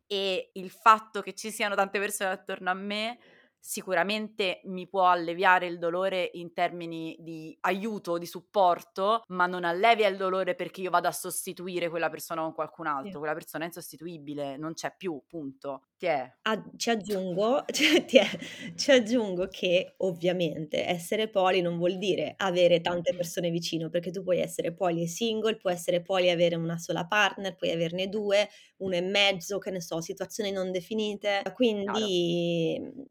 e il fatto che ci siano tante persone attorno a me sicuramente mi può alleviare il dolore in termini di aiuto, di supporto, ma non allevia il dolore perché io vado a sostituire quella persona con qualcun Sì. altro. Quella persona è insostituibile, non c'è più, punto. Tiè. A ci aggiungo cioè ti è ci aggiungo che ovviamente essere poli non vuol dire avere tante persone vicino, perché tu puoi essere poli e single, puoi essere poli e avere una sola partner, puoi averne due, uno e mezzo, che ne so, situazioni non definite. Chiaro. Quindi, mhmm,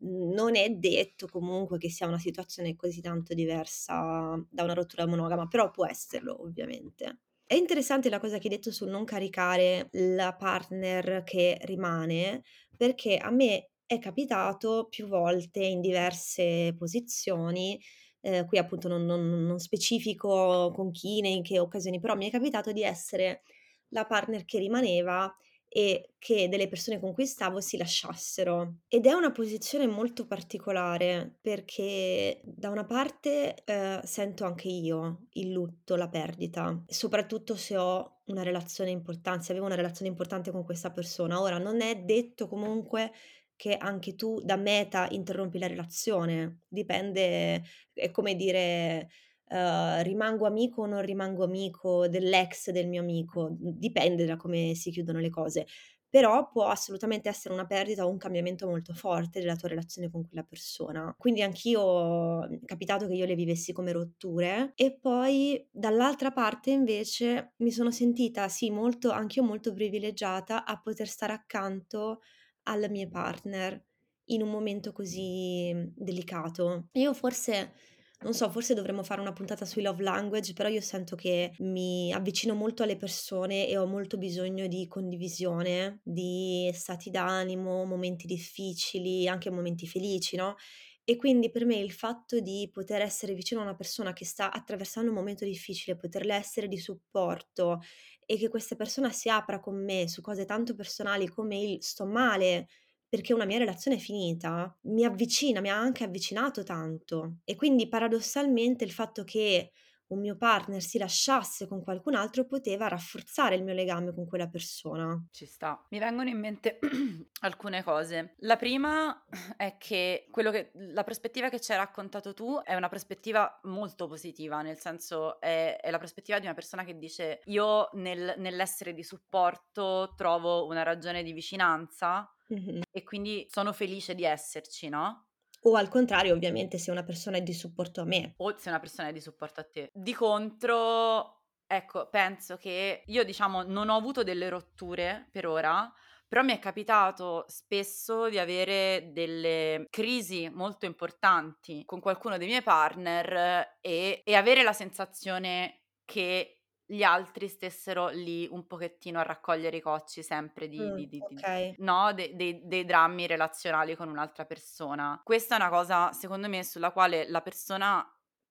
non è detto comunque che sia una situazione così tanto diversa da una rottura monogama, però può esserlo ovviamente. È interessante la cosa che hai detto sul non caricare la partner che rimane, perché a me è capitato più volte in diverse posizioni, ehm, qui appunto non non non specifico con chi, né in che occasioni, però mi è capitato di essere la partner che rimaneva e che delle persone con cui stavo si lasciassero. Ed è una posizione molto particolare perché da una parte, ehm, sento anche io il lutto, la perdita, soprattutto se ho una relazione importan se avevo una relazione importante con questa persona. Ora non è detto comunque che anche tu da meta interrompi la relazione, dipende, è come dire, uhm, rimango amico o non rimango amico dell'ex del mio amico, mhmm, dipende da come si chiudono le cose. Però può assolutamente essere una perdita o un cambiamento molto forte della tua relazione con quella persona. Quindi anch'io mhmm, è capitato che io le vivessi come rotture e poi dall'altra parte invece mi sono sentita, sì, molto anch'io molto privilegiata a poter stare accanto al mie partner in un momento così, mhmm, delicato. Io forse non so, forse dovremmo fare una puntata sui love language, però io sento che mi avvicino molto alle persone e ho molto bisogno di condivisione, di stati d'animo, momenti difficili, anche momenti felici, no, e quindi per me il fatto di poter essere vicino a una persona che sta attraversando un momento difficile, poterle essere di supporto e che questa persona si apra con me su cose tanto personali come il: "Sto male", perché una mia relazione è finita, mi avvicina, mi ha anche avvicinato tanto. E quindi paradossalmente il fatto che un mio partner si lasciasse con qualcun altro poteva rafforzare il mio legame con quella persona. Ci sta. Mi vengono in mente alcune cose. La prima è che quello che la prospettiva che ci hai raccontato tu è una prospettiva molto positiva, nel senso è, è la prospettiva di una persona che dice io nel- nell'essere di supporto trovo una ragione di vicinanza Mh-mh. e quindi sono felice di esserci, no? O al contrario, ovviamente, se una persona è di supporto a me. O se una persona è di supporto a te. Di contro, ecco, penso che io, diciamo, non ho avuto delle rotture per ora, però mi è capitato spesso di avere delle crisi molto importanti con qualcuno dei miei partner e, e avere la sensazione che gli altri stessero lì un pochettino a raccogliere i cocci sempre di, Mh, di- di- di- okay. no, de- dei dei drammi relazionali con un'altra persona. Questa è una cosa, secondo me, sulla quale la persona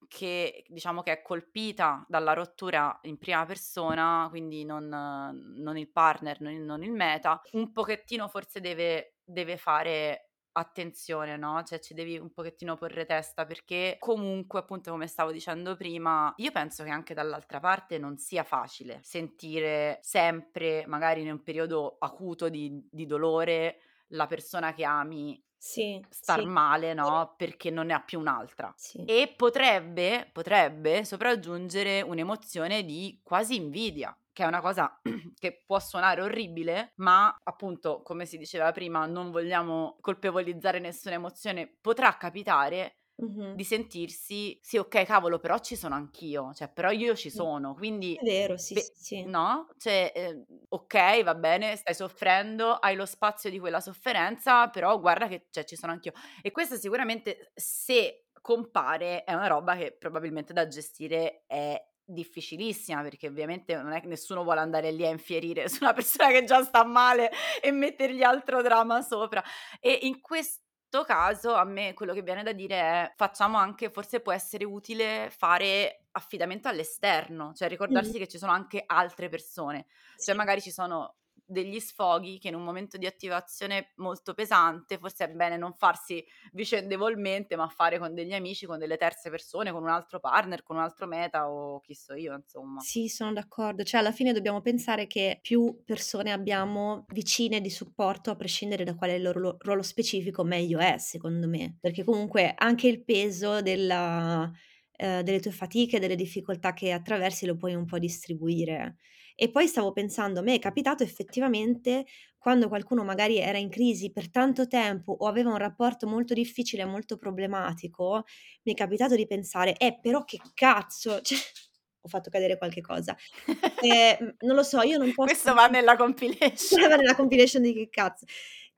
che diciamo che è colpita dalla rottura in prima persona, quindi non non il partner, non il non il meta, un pochettino forse deve deve fare attenzione, no, cioè ci devi un pochettino porre testa, perché comunque, appunto, come stavo dicendo prima, io penso che anche dall'altra parte non sia facile sentire sempre, magari in un periodo acuto di di dolore, la persona che ami Sì, star sì, male, vero. no, perché non ne ha più un'altra. Sì. E potrebbe potrebbe sopraggiungere un'emozione di quasi invidia, che è una cosa che può suonare orribile, ma appunto, come si diceva prima, non vogliamo colpevolizzare nessuna emozione. Potrà capitare Mh-mh. di sentirsi: "Sì, okay, cavolo, però ci sono anch'io, cioè però io ci Sì. sono, quindi È vero, sì, sì, pe" sì. no, cioè, ehm, okay, va bene, stai soffrendo, hai lo spazio di quella sofferenza, però guarda che, cioè, ci sono anch'io. E questa sicuramente, se compare, è una roba che probabilmente da gestire è difficilissima, perché ovviamente non è che nessuno vuole andare lì a infierire su una persona che già sta male e mettergli altro dramma sopra. E in questo caso a me quello che viene da dire è: facciamo anche, forse può essere utile fare affidamento all'esterno, cioè Mh. ricordarsi che ci sono anche altre persone, cioè Sì. magari ci sono degli sfoghi che in un momento di attivazione molto pesante forse è bene non farsi vicendevolmente, ma fare con degli amici, con delle terze persone, con un altro partner, con un altro meta o chi so io, insomma. Sì, sono d'accordo. Cioè, alla fine dobbiamo pensare che più persone abbiamo vicine di supporto, a prescindere da qual è il loro lo ruolo specifico, meglio è, secondo me. Perché comunque anche il peso della ehm, delle tue fatiche, delle difficoltà che attraversi lo puoi un po' distribuire. E poi stavo pensando, a me è capitato effettivamente quando qualcuno magari era in crisi per tanto tempo o aveva un rapporto molto difficile e molto problematico, mi è capitato di pensare: "Eh, però che cazzo", cioè ho fatto cadere qualche cosa. Ehm, non lo so, io non posso Questo va nella compilation. nella compilation di "Che cazzo".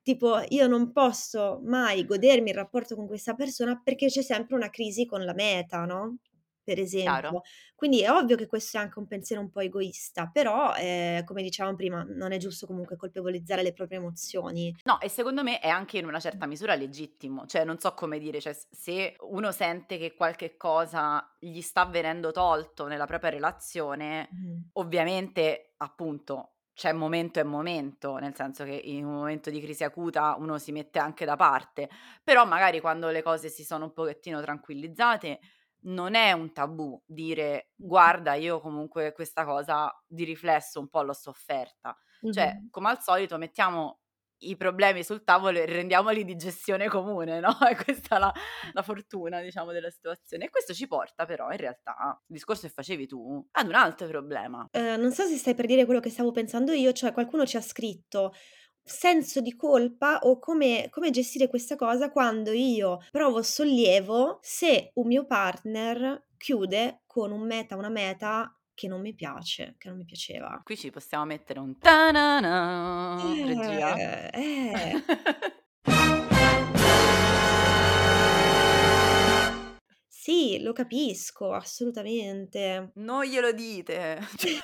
tipo io non posso mai godermi il rapporto con questa persona perché c'è sempre una crisi con la meta, no, per Chiaro? esempio. Quindi è ovvio che questo è anche un pensiero un po' egoista, però, ehm, come dicevamo prima, non è giusto comunque colpevolizzare le proprie emozioni. No, e secondo me è anche in una certa misura legittimo, cioè non so come dire, cioè s se uno sente che qualche cosa gli sta venendo tolto nella propria relazione, Mh. ovviamente, appunto, c'è momento e momento, nel senso che in un momento di crisi acuta uno si mette anche da parte, però magari quando le cose si sono un pochettino tranquillizzate, non è un tabù dire: "Guarda, io comunque questa cosa di riflesso un po' l'ho sofferta". Cioè, Mh-mh. come al solito mettiamo i problemi sul tavolo e rendiamoli di gestione comune, no, è questa la la fortuna, diciamo, della situazione. E questo ci porta però in realtà, il discorso che facevi tu, ad un altro problema. Ehm, non so se stai per dire quello che stavo pensando io, cioè qualcuno ci ha scritto: senso di colpa o come come gestire questa cosa quando io provo sollievo se un mio partner chiude con un meta una meta che non mi piace, che non mi piaceva. Qui ci possiamo mettere un ta-na-na, regia. Eh, eh. Sì, lo capisco, assolutamente. Non glielo dite.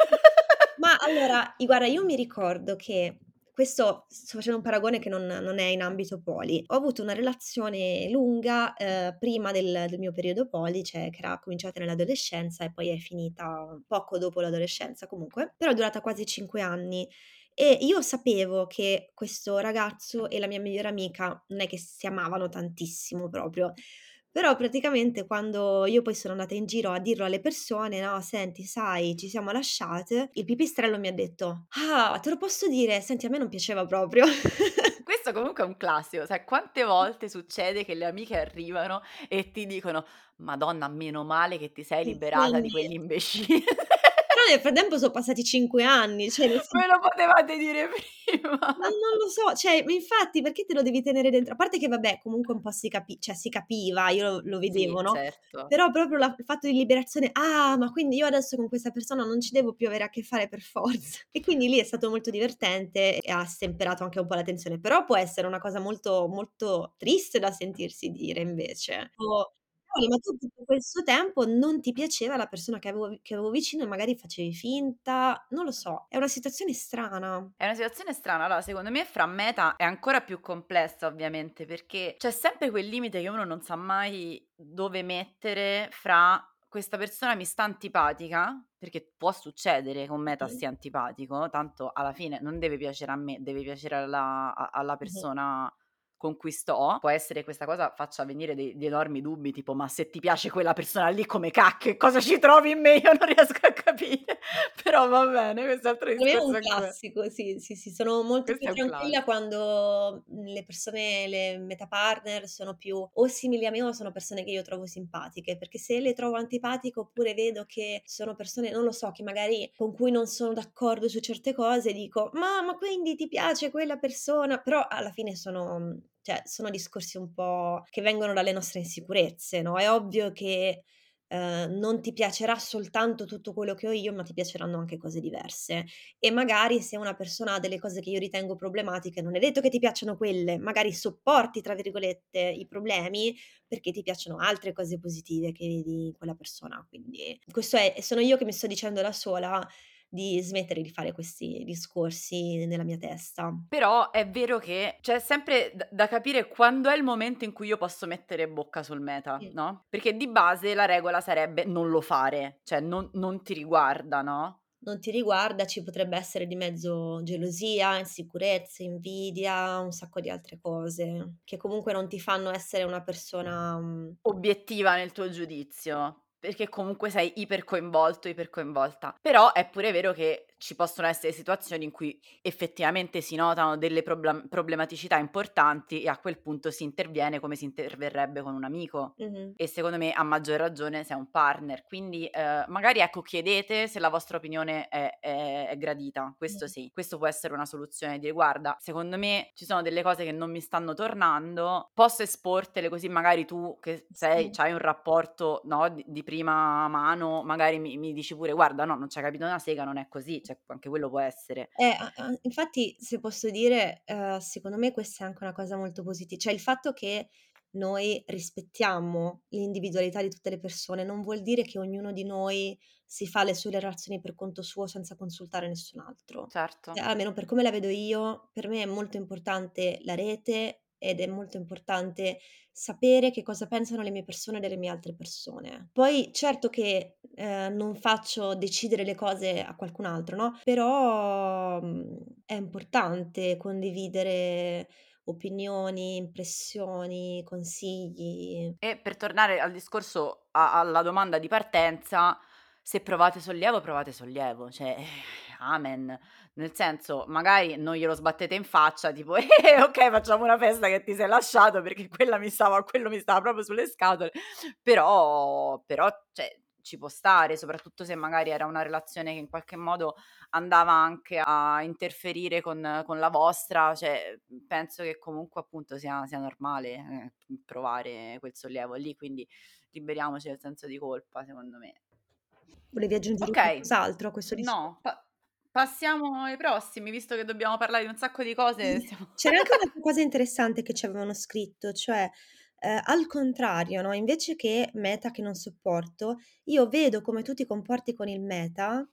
Ma allora, i guarda, io mi ricordo che questo sto facendo un paragone che non non è in ambito poli. Ho avuto una relazione lunga, ehm, prima del del mio periodo poli, cioè che era cominciata nell'adolescenza e poi è finita poco dopo l'adolescenza comunque, però è durata quasi cinque anni. E io sapevo che questo ragazzo e la mia migliore amica non è che si amavano tantissimo proprio, però praticamente quando io poi sono andata in giro a dirlo alle persone, no: "Senti, sai, ci siamo lasciate", il pipistrello mi ha detto: "Ah, te lo posso dire? Senti, a me non piaceva proprio". Questo comunque è un classico, sai quante volte succede che le amiche arrivano e ti dicono: "Madonna, meno male che ti sei E liberata di quindi quell'imbecille." però nel frattempo so' passati cinque anni, cioè nel sen Me lo potevate dire prima. ma non lo so, cioè, ma infatti perché te lo devi tenere dentro? A parte che vabbè, comunque un po' si capi cioè si capiva, io lo lo Sì, vedevo, no, certo. però proprio la il fatto di liberazione: "Ah, ma quindi io adesso con questa persona non ci devo più avere a che fare per forza." E quindi lì è stato molto divertente e ha stemperato anche un po' la tensione, però può essere una cosa molto, molto triste da sentirsi dire invece. Tipo: "Cavoli, ma tu tutto questo tempo non ti piaceva la persona che avevo che avevo vicino e magari facevi finta." Non lo so, è una situazione strana. È una situazione strana. Allora, secondo me fra meta è ancora più complessa ovviamente, perché c'è sempre quel limite che uno non sa mai dove mettere fra questa persona mi sta antipatica, perché può succedere che un meta Mh-mh, stia antipatico, tanto alla fine non deve piacere a me, deve piacere alla, a- alla mh-mh. persona con cui sto. Può essere che questa cosa faccia venire dei, dei enormi dubbi, tipo ma se ti piace quella persona lì come cacchio, cosa ci trovi in me? Io non riesco a capire. Però va bene, questo è altro Per me è discorso un ancora. classico, sì, sì, sì, sono molto Questo più è un tranquilla classico. quando, mhmm, le persone le meta partner sono più o simili a me o sono persone che io trovo simpatiche, perché se le trovo antipatiche oppure vedo che sono persone, non lo so, che magari con cui non sono d'accordo su certe cose, dico: "Ma ma quindi ti piace quella persona?" Però alla fine sono mhmm, cioè sono discorsi un po' che vengono dalle nostre insicurezze, no, è ovvio che ehm, non ti piacerà soltanto tutto quello che ho io, ma ti piaceranno anche cose diverse. E magari se una persona ha delle cose che io ritengo problematiche, non è detto che ti piacciono quelle, magari "sopporti" tra virgolette i problemi, perché ti piacciono altre cose positive che vedi in quella persona. Quindi questo è sono io che mi sto dicendo da sola di smettere di fare questi discorsi nella mia testa. Però è vero che c'è sempre d da capire quando è il momento in cui io posso mettere bocca sul meta, Mh. no, perché di base la regola sarebbe non lo fare, cioè non non ti riguarda, no? Non ti riguarda, ci potrebbe essere di mezzo gelosia, insicurezze, invidia, un sacco di altre cose, che comunque non ti fanno essere una persona, mhmm Obiettiva nel tuo giudizio, perché comunque sei iper coinvolto, iper coinvolta. Però è pure vero che ci possono essere situazioni in cui effettivamente si notano delle problam problematicità importanti e a quel punto si interviene come si interverrebbe con un amico. mh-mh, E secondo me a maggior ragione se è un partner. Quindi, ehm, magari ecco chiedete se la vostra opinione è è è gradita, questo mh, sì. Questo può essere una soluzione, dire: "Guarda, secondo me ci sono delle cose che non mi stanno tornando, posso esportele così magari tu che sei sì, c'hai un rapporto, no, di di prima mano, magari mi mi dici pure: "Guarda no, non c'hai capito una sega, non è così, cioè anche quello può essere. Eh, a a infatti se posso dire, ehm, secondo me questa è anche una cosa molto positi cioè il fatto che noi rispettiamo l'individualità di tutte le persone, non vuol dire che ognuno di noi si fa le sue relazioni per conto suo senza consultare nessun altro. Certo. Cioè, almeno per come la vedo io, per me è molto importante la rete ed è molto importante sapere che cosa pensano le mie persone delle mie altre persone. Poi certo che, ehm, non faccio decidere le cose a qualcun altro, no, però, mhmm, è importante condividere opinioni, impressioni, consigli. E per tornare al discorso a alla domanda di partenza, se provate sollievo, provate sollievo, cioè, eh, amen. Nel senso, magari non glielo sbattete in faccia tipo: "Eh, okay, facciamo una festa che ti sei lasciato perché quella mi stava quello mi stava proprio sulle scatole." Però però, cioè, ci può stare, soprattutto se magari era una relazione che in qualche modo andava anche a interferire con con la vostra, cioè, mhmm, penso che comunque appunto sia sia normale, ehm, provare quel sollievo lì, quindi liberiamoci del senso di colpa, secondo me. Volevi aggiungere Okay, qualcos'altro a questo discor no, pa passiamo ai prossimi, visto che dobbiamo parlare di un sacco di cose, stiamo C'era anche un'altra cosa interessante che ci avevano scritto, cioè, ehm, al contrario, no, invece che meta che non sopporto, io vedo come tu ti comporti con il meta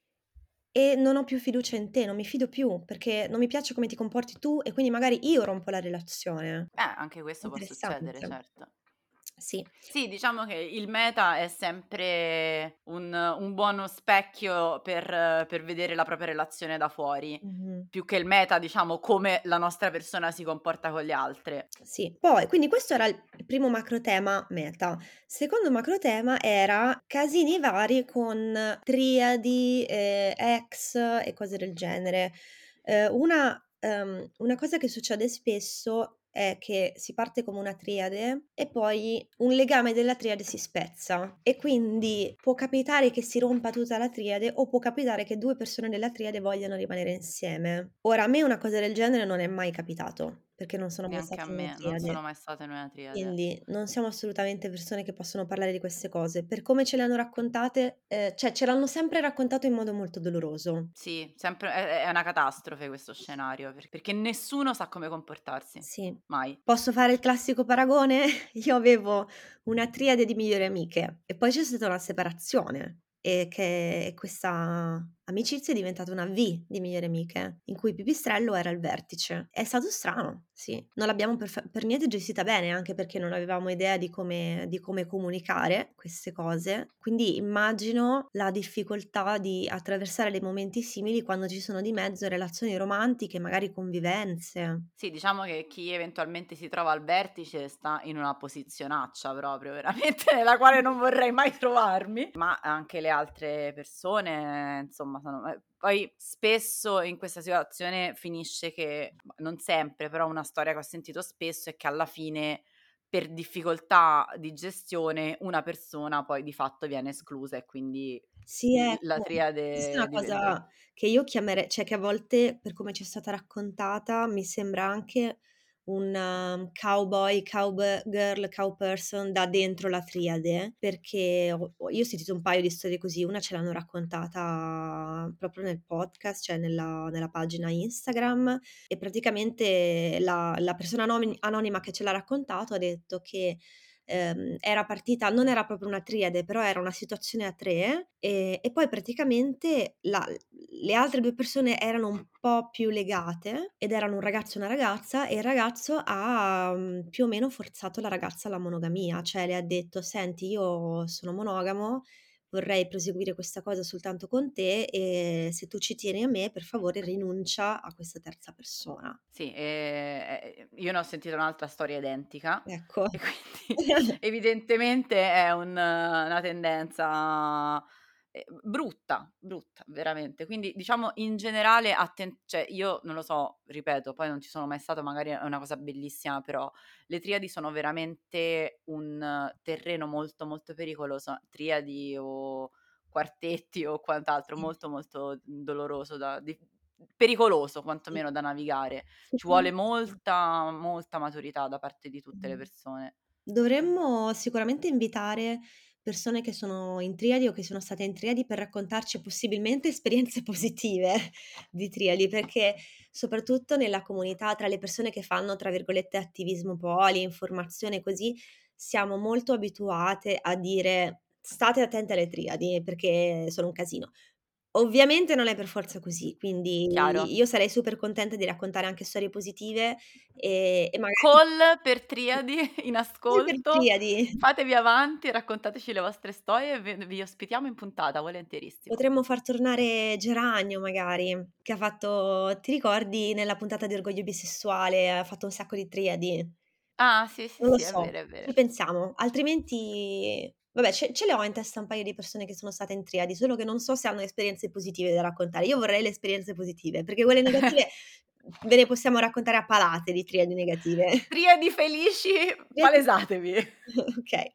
e non ho più fiducia in te, non mi fido più, perché non mi piace come ti comporti tu e quindi magari io rompo la relazione. Eh, anche questo può succedere, Interessante. certo. Sì. Sì, diciamo che il meta è sempre un un buono specchio per per vedere la propria relazione da fuori, Mh-mh. più che il meta, diciamo, come la nostra persona si comporta con le altre. Sì. Poi quindi questo era il il primo macro tema meta. Secondo macro tema era casini vari con triadi, ehm, ex e cose del genere. Ehm, una ehm, una cosa che succede spesso è che si parte come una triade e poi un legame della triade si spezza e quindi può capitare che si rompa tutta la triade o può capitare che due persone della triade vogliano rimanere insieme. Ora a me una cosa del genere non è mai capitato, perché non sono mai Neanche a stata in una me, non sono triade. mai stata in una triade. Quindi non siamo assolutamente persone che possono parlare di queste cose. Per come ce le hanno raccontate, ehm, cioè ce l'hanno sempre raccontato in modo molto doloroso. Sì, sempre è è una catastrofe questo scenario, per perché nessuno sa come comportarsi, Sì. mai. Posso fare il classico paragone? Io avevo una triade di migliori amiche e poi c'è stata una separazione e che questa amicizia è diventata una V di migliori amiche, in cui Pipistrello era il vertice. È stato strano, sì. Non l'abbiamo per fa per niente gestita bene, anche perché non avevamo idea di come di come comunicare queste cose. Quindi immagino la difficoltà di attraversare dei momenti simili quando ci sono di mezzo relazioni romantiche, magari convivenze. Sì, diciamo che chi eventualmente si trova al vertice sta in una posizionaccia proprio, veramente, nella quale non vorrei mai trovarmi, ma anche le altre persone, insomma, sono ehm, poi spesso in questa situazione finisce che ma non sempre, però una storia che ho sentito spesso è che alla fine, per difficoltà di gestione, una persona poi di fatto viene esclusa e quindi Sì, il la ecco. Questa è triade una diventa cosa che io chiamere cioè che a volte, per come ci è stata raccontata, mi sembra anche un um, cowboy, cowb girl, cow person da dentro la triade, perché ho ho io ho sentito un paio di storie così, una ce l'hanno raccontata proprio nel podcast, cioè nella nella pagina Instagram e praticamente la la persona anomi anonima che ce l'ha raccontato ha detto che ehm, era partita non era proprio una triade, però era una situazione a tre, ehm, e poi praticamente la le altre due persone erano un po' più legate ed erano un ragazzo e una ragazza e il ragazzo ha, mhmm, più o meno forzato la ragazza alla monogamia, cioè le ha detto: "Senti, io sono monogamo, vorrei proseguire questa cosa soltanto con te e se tu ci tieni a me, per favore rinuncia a questa terza persona." Sì, ehm, ehm, io ne ho sentita un'altra storia identica Ecco. e quindi evidentemente è un una tendenza, ehm, brutta, brutta veramente. Quindi diciamo in generale atten cioè io non lo so, ripeto, poi non ci sono mai stata, magari è una cosa bellissima, però le triadi sono veramente un terreno molto, molto pericoloso. Triadi o quartetti o quant'altro, Sì, molto, molto doloroso da di pericoloso sì. quantomeno da navigare. Ci Secondo vuole molta, molta maturità da parte di tutte le Mh. persone. Dovremmo sicuramente invitare persone che sono in triadi o che sono state in triadi per raccontarci possibilmente esperienze positive di triadi, perché soprattutto nella comunità, tra le persone che fanno, tra virgolette, "attivismo poli", informazione così, siamo molto abituate a dire: "State attente alle triadi perché sono un casino". Ovviamente non è per forza così, Chiaro. quindi io sarei super contenta di raccontare anche storie positive e e magari Call per triadi in Call per ascolto, triadi. fatevi avanti, raccontateci le vostre storie e ve vi ospitiamo in puntata, volentierissimo. Potremmo far tornare Geranio magari, che ha fatto ti ricordi nella puntata di Orgoglio Bisessuale, ha fatto un sacco di triadi? Ah, sì, sì, Non lo sì, è so, vero, è vero. ci pensiamo, altrimenti vabbè ce ce le ho in testa un paio di persone che sono state in triadi, solo che non so se hanno esperienze positive da raccontare. Io vorrei le esperienze positive, perché quelle negative ve ne possiamo raccontare a palate di triadi negative. Triadi felici, Triadi palesatevi. Okay.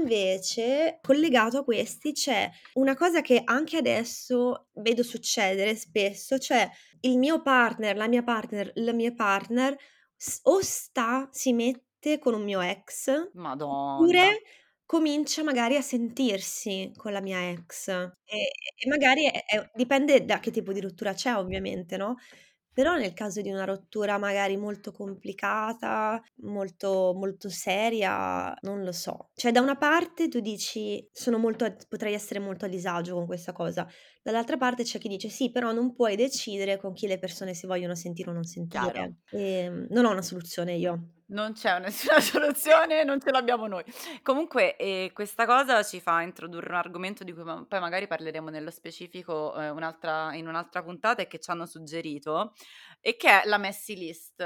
Invece, collegato a questi, c'è una cosa che anche adesso vedo succedere spesso, cioè il mio partner, la mia partner, il mio partner s o sta si mette con un mio ex, Madonna. oppure comincia magari a sentirsi con la mia ex. E e magari è è dipende da che tipo di rottura c'è ovviamente, no, però nel caso di una rottura magari molto complicata, molto molto seria, non lo so. Cioè da una parte tu dici: "Sono molto a potrei essere molto a disagio con questa cosa." Dall'altra parte c'è chi dice: "Sì, però non puoi decidere con chi le persone si vogliono sentire o non Chiaro. sentire." Ehm, non ho una soluzione io. Non c'è nessuna soluzione, non ce l'abbiamo noi. Comunque, ehm, questa cosa ci fa introdurre un argomento di cui ma poi magari parleremo nello specifico, ehm, un'altra in un'altra puntata e che ci hanno suggerito, e che è la messy list,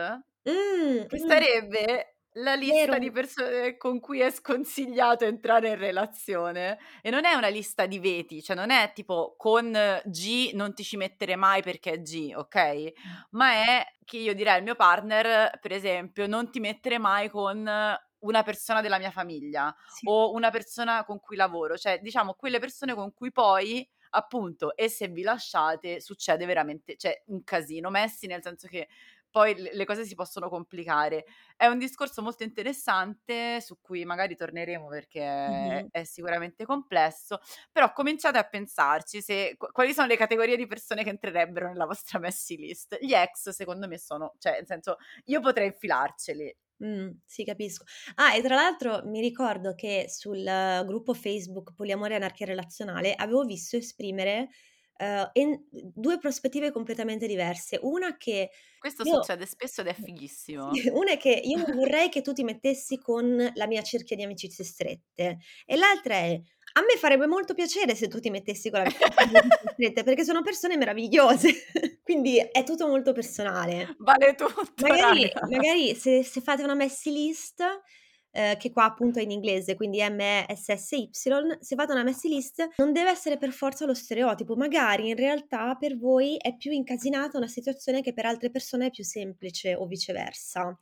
Mh, che mh, sarebbe la lista di vero. persone con cui è sconsigliato entrare in relazione, e non è una lista di veti, cioè non è tipo con G non ti ci mettere mai perché è G, okay? Ma è che io direi al mio partner, per esempio: "Non ti mettere mai con una persona della mia famiglia Sì. o una persona con cui lavoro", cioè diciamo quelle persone con cui poi, appunto, e se vi lasciate succede veramente cioè un casino. Messi nel senso che poi le le cose si possono complicare. È un discorso molto interessante su cui magari torneremo perché Mh-mh. è è sicuramente complesso, però cominciate a pensarci se qu quali sono le categorie di persone che entrerebbero nella vostra messy list. Gli ex secondo me sono cioè nel senso, io potrei infilarceli. Mh, sì, capisco. Ah, e tra l'altro mi ricordo che sul gruppo Facebook Poliamore e Anarchia Relazionale avevo visto esprimere, ehm, en due prospettive completamente diverse. Una che Questo io succede spesso ed è fighissimo. sì, una è che io non vorrei che tu ti mettessi con la mia cerchia di amicizie strette e l'altra è: a me farebbe molto piacere se tu ti mettessi con la mia cerchia di amicizie strette, perché sono persone meravigliose. Quindi è tutto molto personale. Vale tutto Magari raga. magari se se fate una messy list, ehm, che qua appunto è in inglese, quindi M E S S Y, se fate una messy list non deve essere per forza lo stereotipo, magari in realtà per voi è più incasinata una situazione che per altre persone è più semplice o viceversa.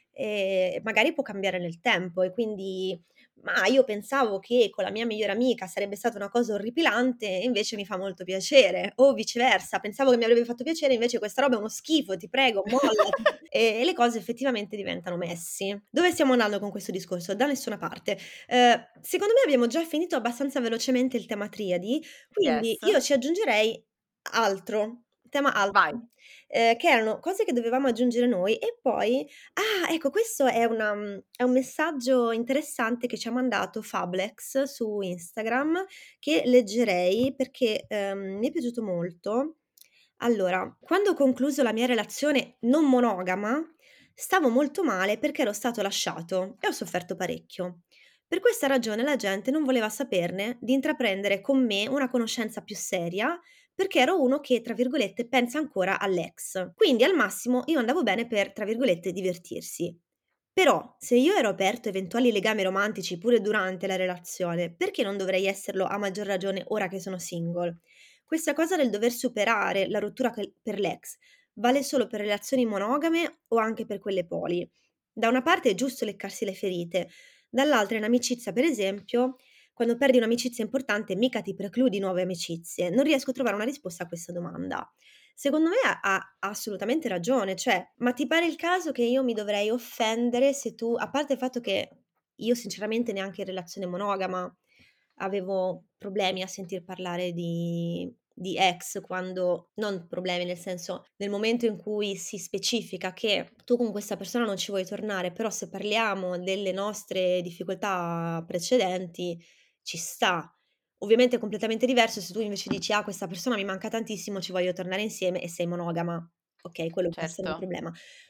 Ehm, magari può cambiare nel tempo e quindi: "Mah, io pensavo che con la mia migliore amica sarebbe stata una cosa orripilante e invece mi fa molto piacere." O viceversa: "Pensavo che mi avrebbe fatto piacere, invece questa roba è uno schifo, ti prego mollati." E e le cose effettivamente diventano messy. Dove stiamo andando con questo discorso? Da nessuna parte. Ehm, secondo me abbiamo già finito abbastanza velocemente il tema triadi, quindi Yes. io ci aggiungerei altro, tema Vai. altro, ehm, che erano cose che dovevamo aggiungere noi e poi ah, ecco questo è una mhmm, è un messaggio interessante che ci ha mandato Fablex su Instagram, che leggerei perché, ehm, mi è piaciuto molto. Allora, quando ho concluso la mia relazione non monogama, stavo molto male perché ero stato lasciato e ho sofferto parecchio. Per questa ragione la gente non voleva saperne di intraprendere con me una conoscenza più seria perché ero uno che, tra virgolette, pensa ancora all'ex. Quindi al massimo io andavo bene per, tra virgolette, divertirsi. Però, se io ero aperto a eventuali legami romantici pure durante la relazione, perché non dovrei esserlo a maggior ragione ora che sono single? Questa cosa del dover superare la rottura che- per l'ex vale solo per relazioni monogame o anche per quelle poli? Da una parte è giusto leccarsi le ferite, dall'altra in amicizia, per esempio, quando perdi un'amicizia importante mica ti precludi nuove amicizie. Non riesco a trovare una risposta a questa domanda. Secondo me ha ha assolutamente ragione, cioè, ma ti pare il caso che io mi dovrei offendere se tu a parte il fatto che io sinceramente neanche in relazione monogama, avevo problemi a sentir parlare di di ex quando non problemi, nel senso, nel momento in cui si specifica che tu con questa persona non ci vuoi tornare, però se parliamo delle nostre difficoltà precedenti, ci sta. Ovviamente è completamente diverso se tu invece dici: "Ah, questa persona mi manca tantissimo, ci voglio tornare insieme" e sei monogama. Okay, quello può essere un Certo. problema.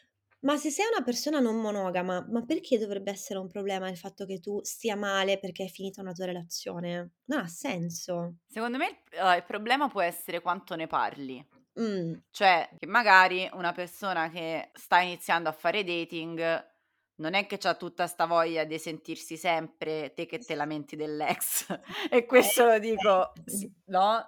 Ma se sei una persona non monogama, ma perché dovrebbe essere un problema il fatto che tu stia male perché è finita una tua relazione? Non ha senso. Secondo me il allora, il problema può essere quanto ne parli. Mh, Cioè, che magari una persona che sta iniziando a fare dating non è che c'ha tutta 'sta voglia di sentirsi sempre te che te lamenti dell'ex e okay, questo lo dico okay. s no,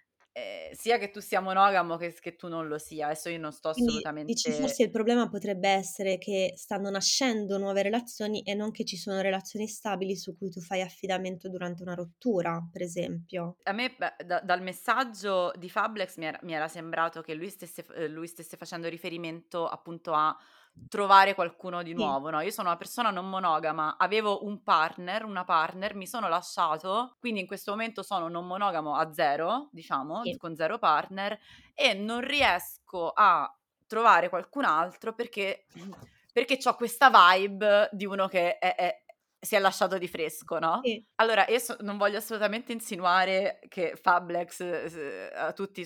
ehm, sia che tu sia monogamo che s che tu non lo sia. Adesso io non sto Quindi dici forse assolutamente il problema potrebbe essere che stanno nascendo nuove relazioni e non che ci sono relazioni stabili su cui tu fai affidamento durante una rottura, per esempio. a me beh, da dal messaggio di Fablex mi era mi era sembrato che lui stesse f ehm, lui stesse facendo riferimento appunto a trovare qualcuno di Sì, nuovo, no, io sono una persona non monogama, avevo un partner, una partner, mi sono lasciato, quindi in questo momento sono non monogamo a zero, diciamo, z sì, con zero partner e non riesco a trovare qualcun altro perché perché c'ho questa vibe di uno che è è si è lasciato di fresco, no? sì. Allora, io so non voglio assolutamente insinuare che Fablex s a tutti i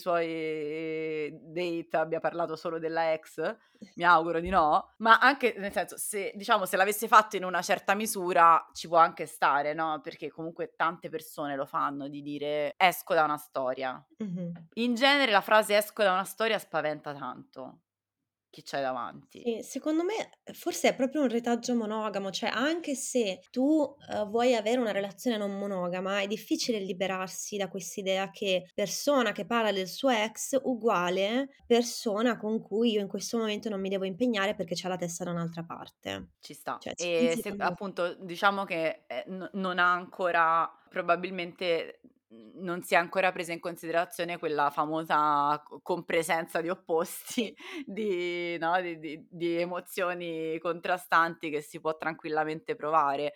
suoi date abbia parlato solo della ex, mi auguro di no, ma anche nel senso, se diciamo se l'avesse fatto in una certa misura ci può anche stare, no, perché comunque tante persone lo fanno di dire: "Esco da una storia". Mh-mh. In genere la frase "esco da una storia" spaventa tanto chi c'hai davanti. Sì, secondo me, ehm, forse è proprio un retaggio monogamo, cioè anche se tu, uhm, vuoi avere una relazione non monogama, è difficile liberarsi da quest'idea che persona che parla del suo ex uguale persona con cui io in questo momento non mi devo impegnare perché c'ha la testa da un'altra parte. Ci sta. Cioè ci E pensi se quando appunto diciamo che, ehm, n non ha ancora probabilmente, mhmm, non si è ancora presa in considerazione quella famosa co compresenza di sì, opposti, di no, di di di emozioni contrastanti che si può tranquillamente provare.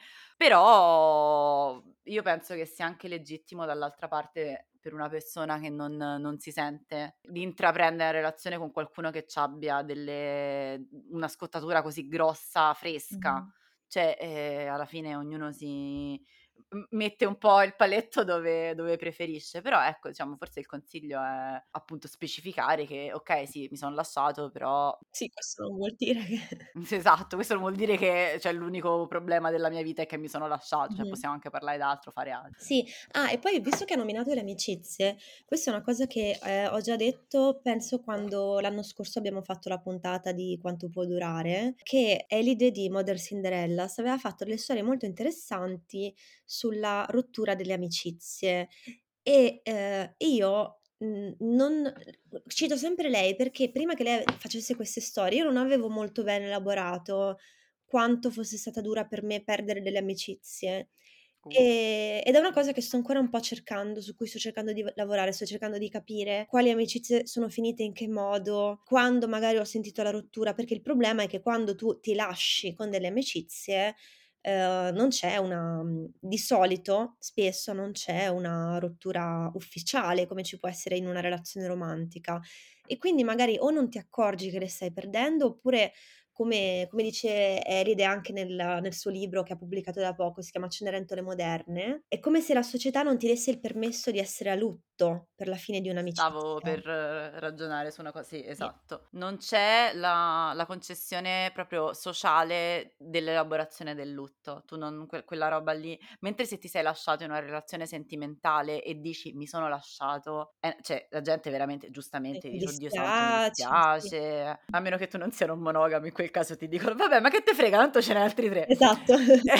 Però io penso che sia anche legittimo dall'altra parte per una persona che non non si sente di intraprendere una relazione con qualcuno che c'abbia delle una scottatura così grossa, fresca. mh-mh. Cioè, ehm, alla fine ognuno si m mette un po' il paletto dove dove preferisce. Però ecco, diciamo, forse il consiglio è appunto specificare che: "Okay, sì, mi son lasciato, però". Sì, questo non vuol dire che Sì, esatto, questo non vuol dire che cioè l'unico problema della mia vita è che mi sono lasciato, cioè mh-mh. possiamo anche parlare d'altro, fare altro. Sì. Ah, e poi visto che hai nominato le amicizie, questa è una cosa che, ehm, ho già detto penso quando l'anno scorso abbiamo fatto la puntata di Quanto può durare, che Elide di Modern Cinderellas aveva fatto delle storie molto interessanti sulla rottura delle amicizie e, ehm, io, mhmm, non cito sempre lei perché prima che lei facesse queste storie io non avevo molto ben elaborato quanto fosse stata dura per me perdere delle amicizie. Uh. Ehm, ed è una cosa che sto ancora un po' cercando, su cui sto cercando di v lavorare, sto cercando di capire quali amicizie sono finite in che modo, quando magari ho sentito la rottura, perché il problema è che quando tu ti lasci con delle amicizie, ehm, non c'è una mhmm, di solito, spesso non c'è una rottura ufficiale, come ci può essere in una relazione romantica. E quindi magari o non ti accorgi che le stai perdendo, oppure come come dice Eride anche nel nel suo libro che ha pubblicato da poco, si chiama Cenerentole moderne, è come se la società non ti desse il permesso di essere a lutto per la fine di Stavo un'amicizia. per eh, ragionare su una co sì, Sì, esatto. Non c'è la la concessione proprio sociale dell'elaborazione del lutto. Tu non que quella roba lì mentre se ti sei lasciato in una relazione sentimentale e dici: "Mi sono lasciato", eh, cioè la gente veramente e giustamente mi dice: "Oddio santo, mi dispiace, sì. dispiace", a meno che tu non sia non monogamo, in quel caso ti dicono: "Vabbè, ma che te frega, tanto ce n'hai altri tre". Esatto.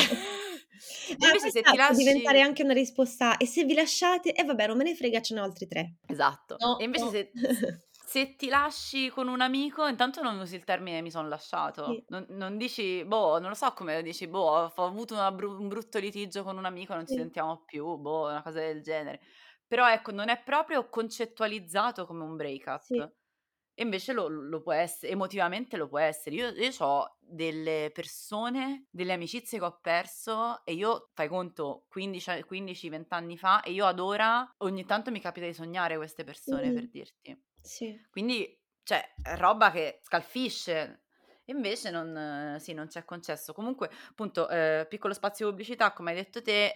E Ah, invece se questa ti può diventare lasci anche una risposta: "E se vi lasciate?" "Eh vabbè, non me ne frega, ce n'ho altri tre." esatto. E No, invece no. se s se ti lasci con un amico, intanto non usi il termine "mi son lasciato". Sì, Non non dici boh, non lo so come dici: "Boh, ho f ho avuto una bru un brutto litigio con un amico, non ci sì, sentiamo più", boh, una cosa del genere. Però ecco, non è proprio concettualizzato come un sì. breakup. E invece lo lo può essere, emotivamente lo può essere. Io io c'ho delle persone, delle amicizie che ho perso e io, fai conto, quindici a quindici, venti anni fa, e io ad ora ogni tanto mi capita di sognare queste persone, Mh, per dirti. sì. Quindi, cioè, è roba che scalfisce. Invece non sì, non c'è concesso. Comunque, appunto, ehm, piccolo spazio pubblicità, come hai detto te,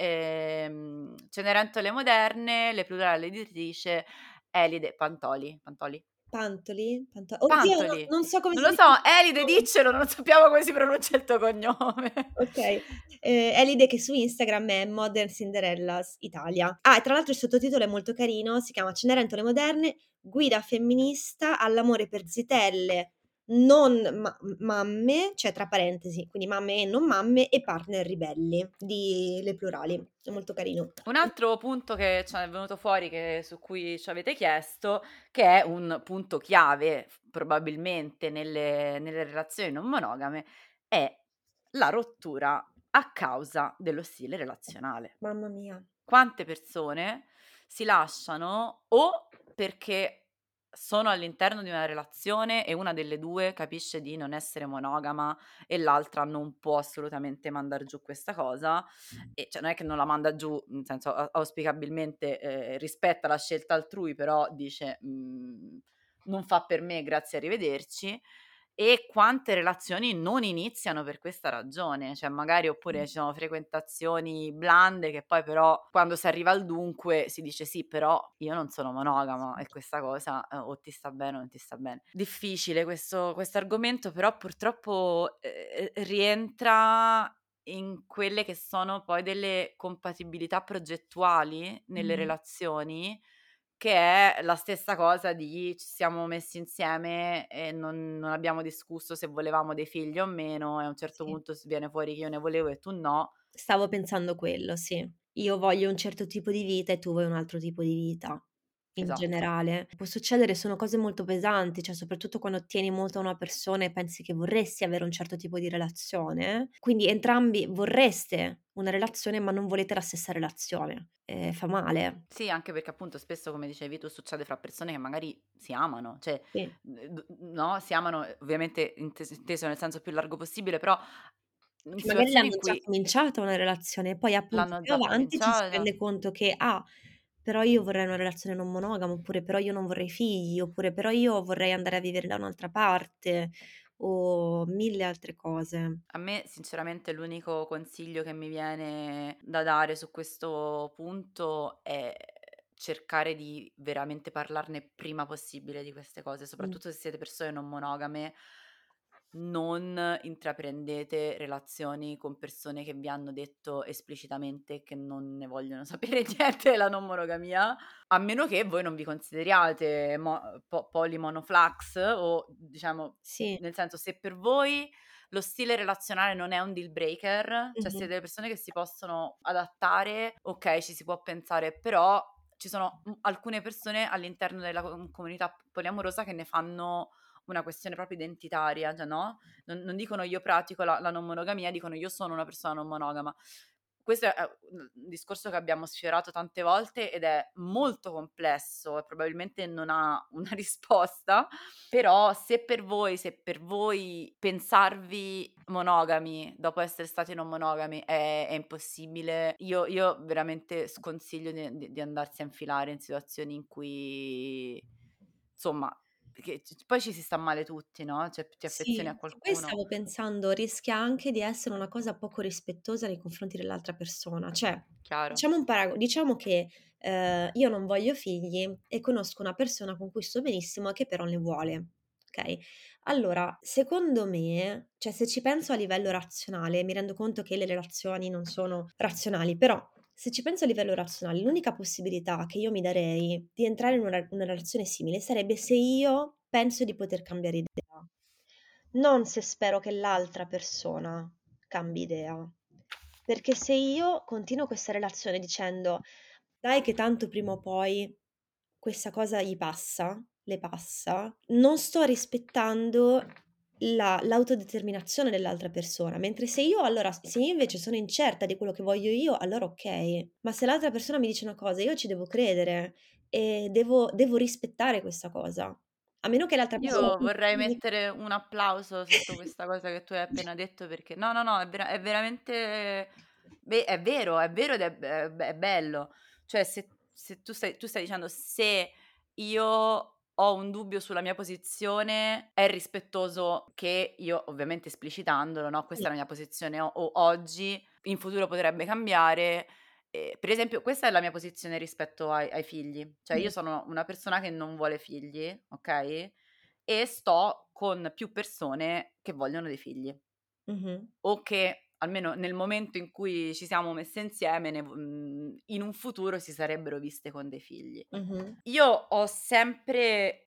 ehm, Cenerentole Moderne, le plurale editrice Elide Pantoli. Pantoli? Pantoli? Panto oddio, no, Pantoli. non so come Non si lo so, dice il Elide cognome. diccelo, non sappiamo come si pronuncia il tuo cognome. Okay, ehm, Elide, che su Instagram è Modern Cinderellas Italia. Ah, e tra l'altro il sottotitolo è molto carino, si chiama Cenerentole Moderne, guida femminista all'amore per zitelle, non ma mamme, cioè tra parentesi, quindi mamme e non mamme, e partner ribelli, di Le Plurali. È molto carino. Un altro punto che ci è venuto fuori, che su cui ci avete chiesto, che è un punto chiave f probabilmente nelle nelle relazioni non monogame, è la rottura a causa dello stile relazionale. Mamma mia. Quante persone si lasciano o perché sono all'interno di una relazione e una delle due capisce di non essere monogama e l'altra non può assolutamente mandar giù questa cosa, e cioè non è che non la manda giù, nel senso, a auspicabilmente, ehm, rispetta la scelta altrui, però dice: "Mhmm, non fa per me, grazie, arrivederci". E quante relazioni non iniziano per questa ragione, cioè magari, oppure ci sono frequentazioni blande che poi però quando si arriva al dunque si dice: "Sì, però io non sono monogama", e questa cosa, ehm, o ti sta bene o non ti sta bene. Difficile questo questo argomento, però purtroppo, ehm, rientra in quelle che sono poi delle compatibilità progettuali nelle Mh. relazioni, che è la stessa cosa di: ci siamo messi insieme e non non abbiamo discusso se volevamo dei figli o meno, e a un certo Sì. punto s viene fuori che io ne volevo e tu no. Stavo pensando quello, sì. Io voglio un certo tipo di vita e tu vuoi un altro tipo di vita, in Esatto. generale. Può succedere, sono cose molto pesanti, cioè soprattutto quando tieni molto a una persona e pensi che vorresti avere un certo tipo di relazione, quindi entrambi vorreste una relazione, ma non volete la stessa relazione. E fa male. Sì, anche perché appunto spesso, come dicevi tu, succede fra persone che magari si amano, cioè, Sì. d d no, si amano, ehm, ovviamente intes inteso nel senso più largo possibile, però in Che magari situazioni in l'hanno già cui cominciata una relazione e poi appunto l'hanno più già avanti ci si cominciata. rende conto che: "Ah, però io vorrei una relazione non monogama", oppure "Però io non vorrei figli", oppure "Però io vorrei andare a vivere da un'altra parte", o mille altre cose. A me sinceramente l'unico consiglio che mi viene da dare su questo punto è cercare di veramente parlarne prima possibile di queste cose, Mh, soprattutto se siete persone non monogame. Non intraprendete relazioni con persone che vi hanno detto esplicitamente che non ne vogliono sapere niente della non monogamia, a meno che voi non vi consideriate mo po polymonoflax, o diciamo, sì. nel senso, se per voi lo stile relazionale non è un deal breaker, cioè Mh-mh. siete delle persone che si possono adattare, okay, ci si può pensare, però ci sono, mhmm, alcune persone all'interno della com comunità poliamorosa che ne fanno una questione proprio identitaria, cioè, no, non non dicono: "Io pratico la la non monogamia", dicono: "Io sono una persona non monogama". Questo è un un discorso che abbiamo sfiorato tante volte ed è molto complesso e probabilmente non ha una risposta, però se per voi se per voi pensarvi monogami dopo essere stati non monogami è è impossibile, io io veramente sconsiglio di di di andarsi a infilare in situazioni in cui, insomma, perché c poi ci si sta male tutti, no, cioè ti affezioni Sì, a che poi qualcuno. stavo pensando, rischia anche di essere una cosa poco rispettosa nei confronti dell'altra persona. Cioè, Chiaro. facciamo un parago diciamo che, ehm, io non voglio figli e conosco una persona con cui sto benissimo e che però ne vuole, okay, allora secondo me, cioè se ci penso a livello razionale, mi rendo conto che le relazioni non sono razionali, però se ci penso a livello razionale, l'unica possibilità che io mi darei di entrare in una una relazione simile sarebbe se io penso di poter cambiare idea. Non se spero che l'altra persona cambi idea. Perché se io continuo questa relazione dicendo: "Dai che tanto prima o poi questa cosa gli passa, le passa", non sto rispettando la l'autodeterminazione dell'altra persona. Mentre se io allora se io invece sono incerta di quello che voglio io, allora okay. Ma se l'altra persona mi dice una cosa, io ci devo credere e devo devo rispettare questa cosa. A meno che l'altra persona Io vorrei continui mettere un applauso sotto questa cosa che tu hai appena detto perché no, no, no, è vera è veramente ve è vero, è vero ed è b è be è bello. Cioè se se tu stai tu stai dicendo: "Se io ho un dubbio sulla mia posizione, è rispettoso che io", ovviamente esplicitandolo, no: "Questa sì. è la mia posizione o o oggi, in futuro potrebbe cambiare". Ehm, per esempio questa è la mia posizione rispetto ai ai figli. Cioè io Mh. sono una persona che non vuole figli, okay, e sto con più persone che vogliono dei figli Mh-mh. o che almeno nel momento in cui ci siamo messe insieme ne v mhmm, in un futuro si sarebbero viste con dei figli. Mh-mh. Io ho sempre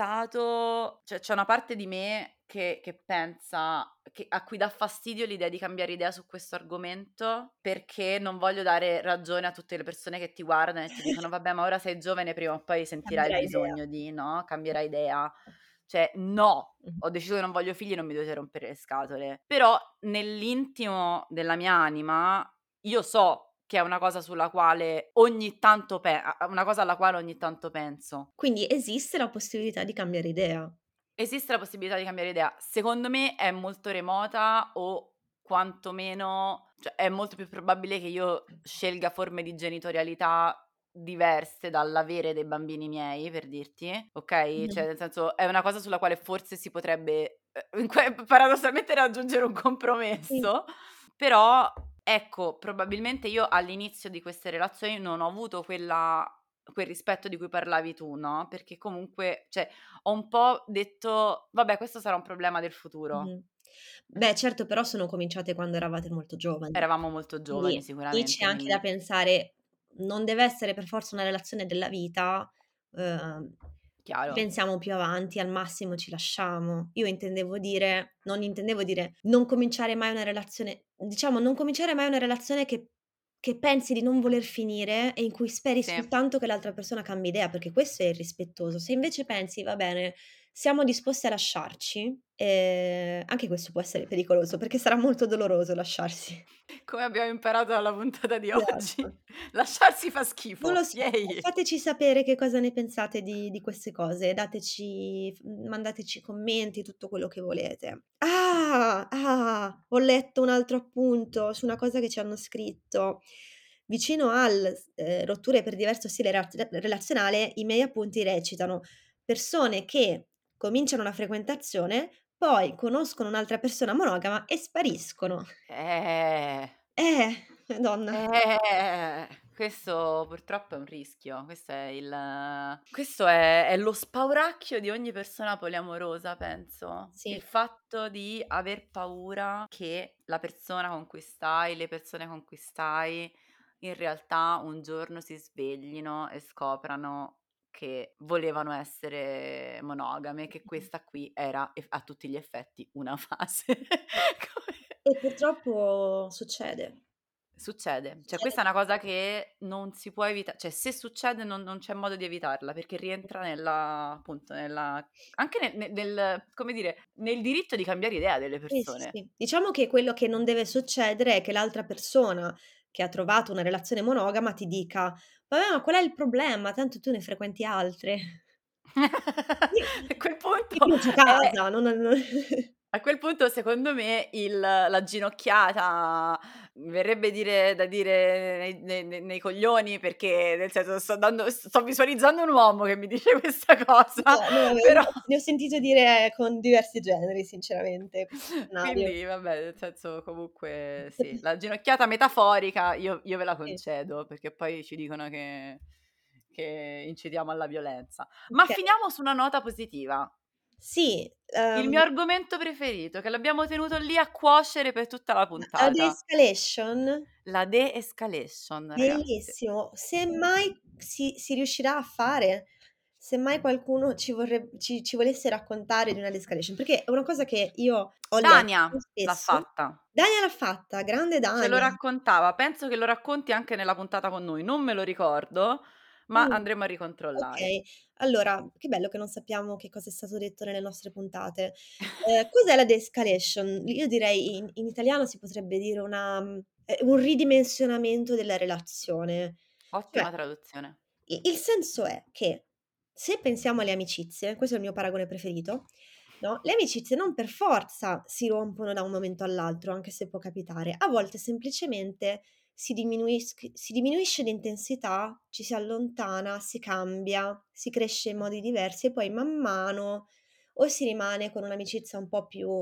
pensato cioè c'è una parte di me che che pensa che a cui dà fastidio l'idea di cambiare idea su questo argomento, perché non voglio dare ragione a tutte le persone che ti guardano e ti dicono: "Vabbè, ma ora sei giovane, prima o poi sentirai il Cambierai idea. bisogno di, no, cambierai idea". Cioè no, Mh-mh. ho deciso che non voglio figli, non mi dovete rompere le scatole. Però nell'intimo della mia anima io so che è una cosa sulla quale ogni tanto pe a a una cosa alla quale ogni tanto penso. Quindi esiste la possibilità di cambiare idea. Esiste la possibilità di cambiare idea. Secondo me è molto remota o quantomeno cioè è molto più probabile che io scelga forme di genitorialità diverse dall'avere dei bambini miei, per dirti, okay, Mh-mh. cioè nel senso è una cosa sulla quale forse si potrebbe, ehm, in que paradossalmente raggiungere un Sì. compromesso, però ecco, probabilmente io all'inizio di queste relazioni non ho avuto quella quel rispetto di cui parlavi tu, no, perché comunque cioè ho un po' detto: "Vabbè, questo sarà un problema del futuro". Mh-mh. Beh, certo, però sono cominciate quando eravate molto giovani. Eravamo molto giovani Quindi lì c'è sicuramente, anche da quindi pensare, non deve essere per forza una relazione della vita, uhm, chiaro. pensiamo più avanti, al massimo ci lasciamo. Io intendevo dire non intendevo dire non cominciare mai una relazione diciamo non cominciare mai una relazione che che pensi di non voler finire e in cui speri Sì. soltanto che l'altra persona cambi idea, perché questo è irrispettoso. Se invece pensi: "Va bene, siamo disposti a lasciarci", ehm, anche questo può essere pericoloso, perché sarà molto doloroso lasciarsi. Come abbiamo imparato dalla puntata di Esatto. oggi, lasciarsi fa Non lo schifo. so, Yay! fateci sapere che cosa ne pensate di di queste cose, dateci f mhmm, mandateci commenti, tutto quello che volete. Ah, ah, ho letto un altro appunto su una cosa che ci hanno scritto. Vicino al s ehm, rotture per diverso stile raz relazionale, i miei appunti recitano: persone che cominciano una frequentazione, poi conoscono un'altra persona monogama e spariscono. Eh. Eh, madonna. Eh, questo purtroppo è un rischio, questo è il questo è è lo spauracchio di ogni persona poliamorosa penso. Il Sì. fatto di aver paura che la persona con cui stai, le persone con cui stai, in realtà un giorno si sveglino e scoprano che volevano essere monogame, che questa qui era eff a tutti gli effetti una fase. Come E purtroppo succede. Succede, cioè Succede questa è una cosa che non si può evita cioè se succede non non c'è modo di evitarla, perché rientra nella appunto nella anche ne ne nel come dire, nel diritto di cambiare idea delle sì, sì, persone. sì. Diciamo che quello che non deve succedere è che l'altra persona che ha trovato una relazione monogama ti dica: "Vabbè, ma qual è il problema? Tanto tu ne frequenti altre." A quel punto Io c'ho è casa, non non a quel punto secondo me il la ginocchiata, mi verrebbe dire da dire nei nei nei nei coglioni, perché nel senso sto dando sto visualizzando un uomo che mi dice questa cosa, no, no, però ne ho sentito dire con diversi generi sinceramente questo scenario. quindi vabbè, nel senso comunque sì, la ginocchiata metaforica io io ve la Sì, concedo, perché poi ci dicono che che incitiamo alla violenza. Ma okay. finiamo su una nota positiva. Sì, Il ehm, mio argomento preferito, che l'abbiamo tenuto lì a cuocere per tutta la la puntata. de-escalation. La de-escalation ragazzi. Bellissimo. Se mai si si riuscirà a fare, se mai qualcuno ci vorreb ci ci volesse raccontare di una de-escalation, perché è una cosa che io ho Dania letto l'ha spesso. fatta. Dania l'ha fatta, grande Ce lo Dania. raccontava, penso che lo racconti anche nella puntata con noi, non me lo ricordo, ma Mh, andremo a ricontrollare. okay. Allora, che bello che non sappiamo che cosa è stato detto nelle nostre puntate. Ehm, cos'è la de-escalation? Io direi in in italiano si potrebbe dire una mhmm, ehm, un ridimensionamento della relazione. Cioè Ottima traduzione. I il senso è che se pensiamo alle amicizie, questo è il mio paragone preferito, no, le amicizie non per forza si rompono da un momento all'altro, anche se può capitare. A volte semplicemente si diminuisc si diminuisce l'intensità, ci si allontana, si cambia, si cresce in modi diversi e poi man mano o si rimane con un'amicizia un po' più,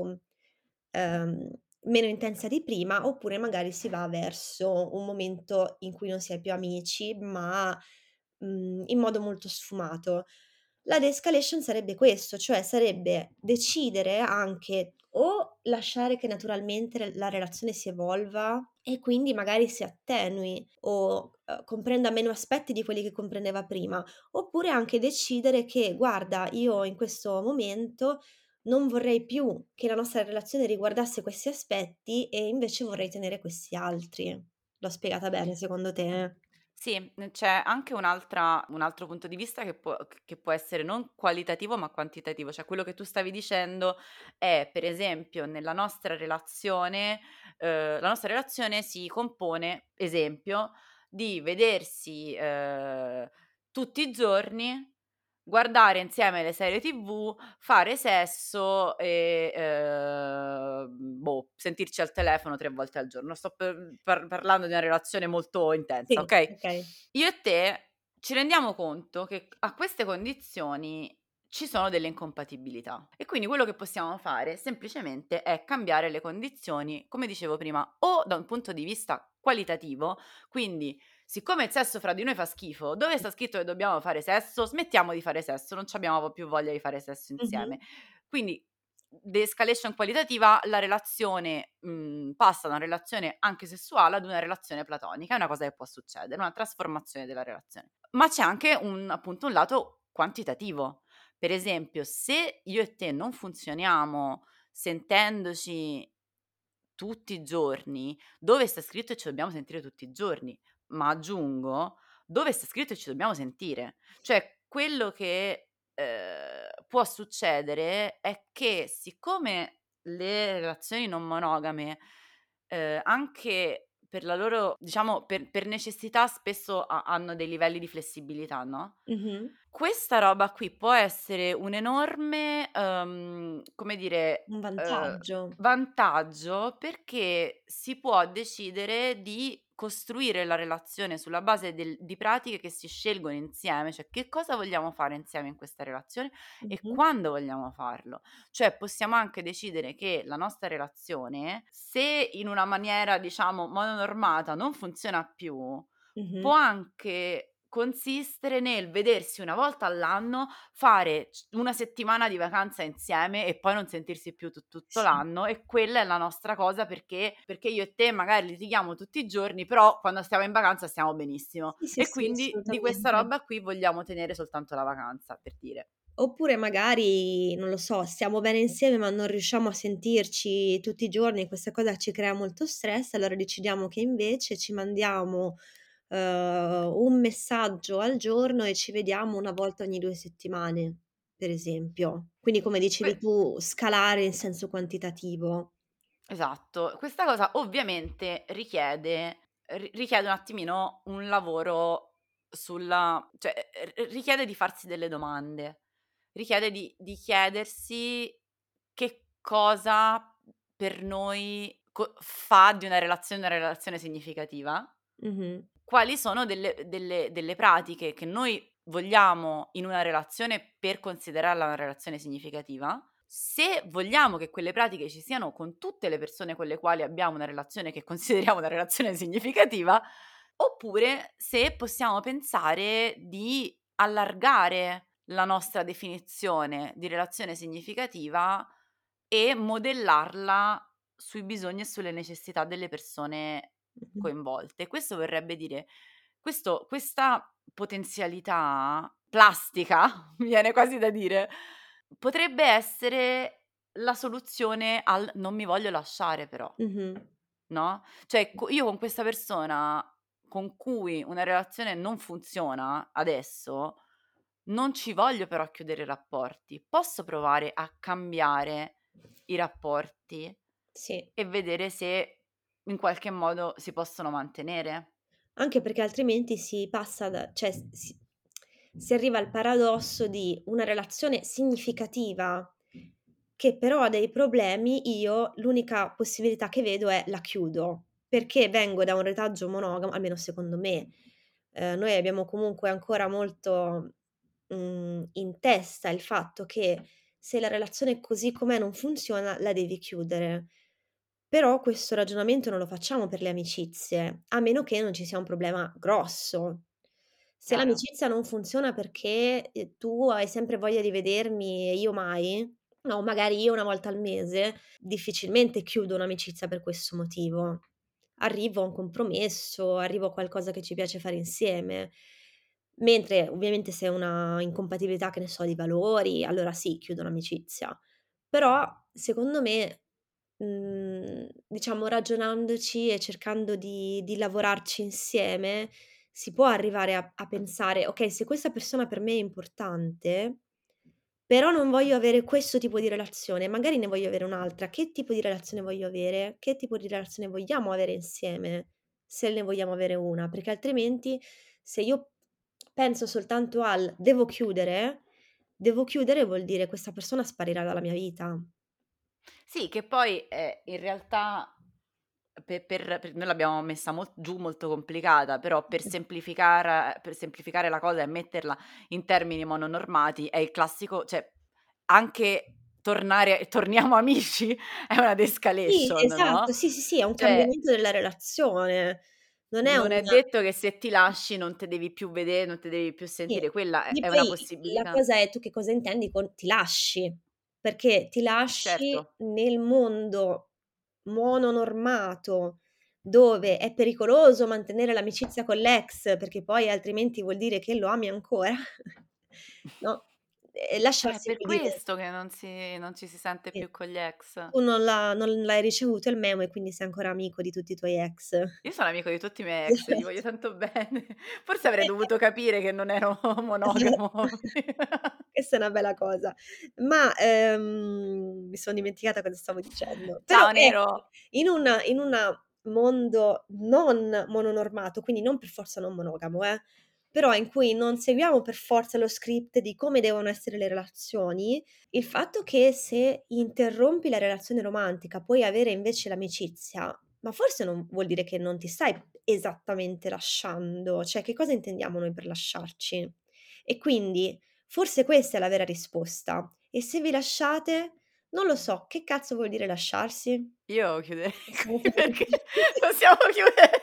ehm, meno intensa di prima, oppure magari si va verso un momento in cui non si è più amici, ma, mhmm, in modo molto sfumato. La de-escalation sarebbe questo, cioè sarebbe decidere anche o lasciare che naturalmente re la relazione si evolva e quindi magari si attenui o, uhm, comprenda meno aspetti di quelli che comprendeva prima, oppure anche decidere che: "Guarda, io in questo momento non vorrei più che la nostra relazione riguardasse questi aspetti e invece vorrei tenere questi altri." L'ho spiegata bene secondo te? Sì, mhmm, c'è anche un'altra un altro punto di vista che può c che può essere non qualitativo ma quantitativo, cioè quello che tu stavi dicendo è, per esempio, nella nostra relazione, uhm, la nostra relazione si compone, esempio, di vedersi, uhm, tutti i giorni, guardare insieme le serie T V, fare sesso e, uhm, boh, sentirci al telefono tre volte al giorno. Sto per par parlando di una relazione molto intensa, Sì, okay? okay. Io e te ci rendiamo conto che a queste condizioni ci sono delle incompatibilità e quindi quello che possiamo fare semplicemente è cambiare le condizioni, come dicevo prima, o da un punto di vista qualitativo, quindi siccome il sesso fra di noi fa schifo, dove sta scritto che dobbiamo fare sesso, smettiamo di fare sesso, non c'abbiamo più voglia di fare sesso Mh-mh. insieme. Quindi de-escalation qualitativa, la relazione, mhmm, passa da una relazione anche sessuale ad una relazione platonica, è una cosa che può succedere, una trasformazione della relazione. Ma c'è anche un appunto un lato quantitativo. Per esempio, se io e te non funzioniamo sentendoci tutti i giorni, dove sta scritto che ci dobbiamo sentire tutti i giorni, ma aggiungo, dove sta scritto che ci dobbiamo sentire. Cioè quello che, ehm, può succedere è che siccome le relazioni non monogame, ehm, anche per la loro diciamo per per necessità spesso ha hanno dei livelli di flessibilità, no, Mh-mh. questa roba qui può essere un enorme, uhm, come dire, Un uhm, vantaggio. vantaggio perché si può decidere di costruire la relazione sulla base del di pratiche che si scelgono insieme, cioè che cosa vogliamo fare insieme in questa relazione e Mh-mh. quando vogliamo farlo. Cioè possiamo anche decidere che la nostra relazione, se in una maniera diciamo mononormata non funziona più, Mh-mh. può anche consistere nel vedersi una volta all'anno, fare c una settimana di vacanza insieme e poi non sentirsi più tu tutto Sì. l'anno e quella è la nostra cosa perché perché io e te magari litighiamo tutti i giorni, però quando stiamo in vacanza stiamo benissimo Sì, sì, e sì, quindi di questa assolutamente. roba qui vogliamo tenere soltanto la vacanza, per dire. Oppure magari, non lo so, stiamo bene insieme ma non riusciamo a sentirci tutti i giorni e questa cosa ci crea molto stress, allora decidiamo che invece ci mandiamo, uhm, un messaggio al giorno e ci vediamo una volta ogni due settimane, per esempio. Quindi come Que dicevi tu, scalare in senso quantitativo. Esatto. Questa cosa ovviamente richiede ri richiede un attimino un lavoro sulla cioè, r richiede di farsi delle domande, richiede di di chiedersi che cosa per noi co fa di una relazione una relazione significativa, Mh-mh. quali sono delle delle delle pratiche che noi vogliamo in una relazione per considerarla una relazione significativa, se vogliamo che quelle pratiche ci siano con tutte le persone con le quali abbiamo una relazione che consideriamo una relazione significativa, oppure se possiamo pensare di allargare la nostra definizione di relazione significativa e modellarla sui bisogni e sulle necessità delle persone Mh-mh. coinvolte. Questo vorrebbe dire questo questa potenzialità plastica, mi viene quasi da dire, potrebbe essere la soluzione al "non mi voglio lasciare però", Mh-mh. no, cioè co io con questa persona con cui una relazione non funziona adesso, non ci voglio però chiudere i rapporti. Posso provare a cambiare i rapporti Sì. e vedere se in qualche modo si possono mantenere? Anche perché altrimenti si passa da cioè s si si arriva al paradosso di una relazione significativa che però ha dei problemi, io l'unica possibilità che vedo è la chiudo, perché vengo da un retaggio monogamo, almeno secondo me. Ehm, noi abbiamo comunque ancora molto, mhmm, in testa il fatto che se la relazione così com'è non funziona, la devi chiudere. Però questo ragionamento non lo facciamo per le amicizie, a meno che non ci sia un problema grosso. Se Chiaro. l'amicizia non funziona perché, ehm, tu hai sempre voglia di vedermi e io mai, no, magari io una volta al mese, difficilmente chiudo un'amicizia per questo motivo. Arrivo a un compromesso, arrivo a qualcosa che ci piace fare insieme. Mentre ovviamente se è una incompatibilità, che ne so, di valori, allora sì, chiudo un'amicizia. Però secondo me, mhmm, diciamo ragionandoci e cercando di di lavorarci insieme, si può arrivare a a pensare: "Okay, se questa persona per me è importante, però non voglio avere questo tipo di relazione, magari ne voglio avere un'altra. Che tipo di relazione voglio avere? Che tipo di relazione vogliamo avere insieme, se ne vogliamo avere una?" Perché altrimenti se io penso soltanto al: "Devo chiudere", devo chiudere vuol dire questa persona sparirà dalla mia vita. Sì, che poi, ehm, in realtà pe per per noi l'abbiamo messa mol giù molto complicata, però per semplificar per semplificare la cosa e metterla in termini mononormati è il classico, cioè anche tornare torniamo amici è una Sì, de-escalation, esatto, no, sì, sì, sì, è un cioè cambiamento della relazione. Non è non è una detto che se ti lasci non te devi più vedere, non te devi più Sì, sentire, quella è lì è una poi la possibilità. cosa è tu che cosa intendi con ti lasci, perché ti lasci Certo. nel mondo mononormato, dove è pericoloso mantenere l'amicizia con l'ex, perché poi altrimenti vuol dire che lo ami ancora, no, e Eh, lasciarsi per vuol dire questo che non si non ci si sente sì, più con gli ex. tu non l'ha non l'hai ricevuto il memo e quindi sei ancora amico di tutti i tuoi ex. Io sono amico di tutti i miei ex, li voglio tanto bene. Forse avrei dovuto capire che non ero monogamo. Questa è una bella cosa. Ma, ehm, mi son dimenticata cosa stavo dicendo. Però Ciao ecco, Nero. in un in un mondo non mononormato, quindi non per forza non monogamo, eh, però in cui non seguiamo per forza lo script di come devono essere le relazioni, il fatto che se interrompi la relazione romantica puoi avere invece l'amicizia, ma forse non vuol dire che non ti stai esattamente lasciando, cioè che cosa intendiamo noi per lasciarci? E quindi forse questa è la vera risposta. E se vi lasciate, non lo so, che cazzo vuol dire lasciarsi? Io chiuderei Possiamo qui chiudere perché qui. possiamo chiudere.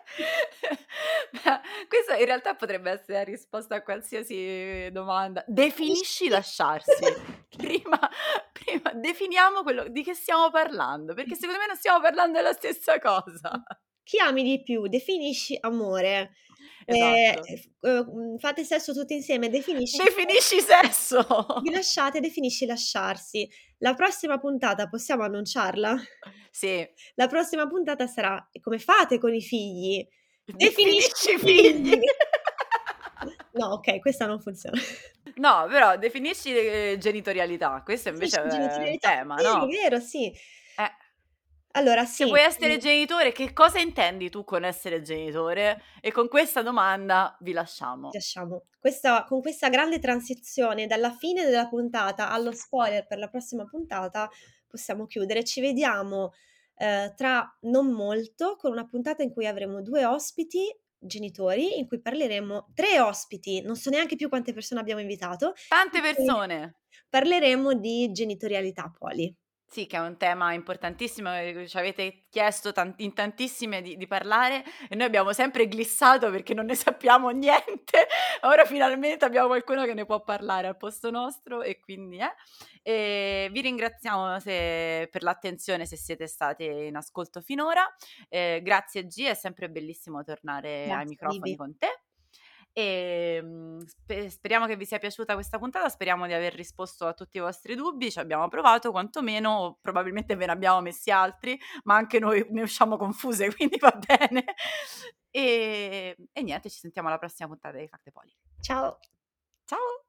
Ma questa in realtà potrebbe essere la risposta a qualsiasi domanda. Definisci lasciarsi. Prima prima definiamo quello di che stiamo parlando, perché secondo me non stiamo parlando della stessa cosa. Chi ami di più? Definisci amore. Ehm, Esatto. f uhm, fate sesso tutti insieme, definisci Definisci sesso. vi lasciate, definisci lasciarsi. La prossima puntata possiamo annunciarla? Sì. La prossima puntata sarà: "E come fate con i figli?" Definisci Definisci i figli. figli. No, okay, questa non funziona. No, però definisci, ehm, genitorialità. Questo invece Definisci è un genitorialità. tema, Vero, no? vero, sì. Eh. Allora Se sì, vuoi essere mhmm, genitore, che cosa intendi tu con essere genitore? E con questa domanda vi lasciamo. lasciamo questa con questa grande transizione dalla fine della puntata allo spoiler per la prossima puntata, possiamo chiudere. Ci vediamo, ehm, tra non molto con una puntata in cui avremo due ospiti genitori, in cui parleremo tre ospiti, non so neanche più quante persone abbiamo invitato, Tante in cui persone. parleremo di genitorialità poli. Sì, che è un tema importantissimo e ci avete chiesto tant in tantissime di di parlare e noi abbiamo sempre glissato perché non ne sappiamo niente. Ora finalmente abbiamo qualcuno che ne può parlare al posto nostro e quindi eh. Ehm, vi ringraziamo se per l'attenzione, se siete state in ascolto finora. Ehm, grazie G, è sempre bellissimo tornare ai Grazie microfoni Bibi. con te. Ehm, spe speriamo che vi sia piaciuta questa puntata, speriamo di aver risposto a tutti i vostri dubbi, ci abbiamo provato quantomeno, probabilmente ve ne abbiamo messi altri, ma anche noi ne usciamo confuse, quindi va bene. Ehm, e niente, ci sentiamo alla prossima puntata di Fatte Poli. Ciao. Ciao.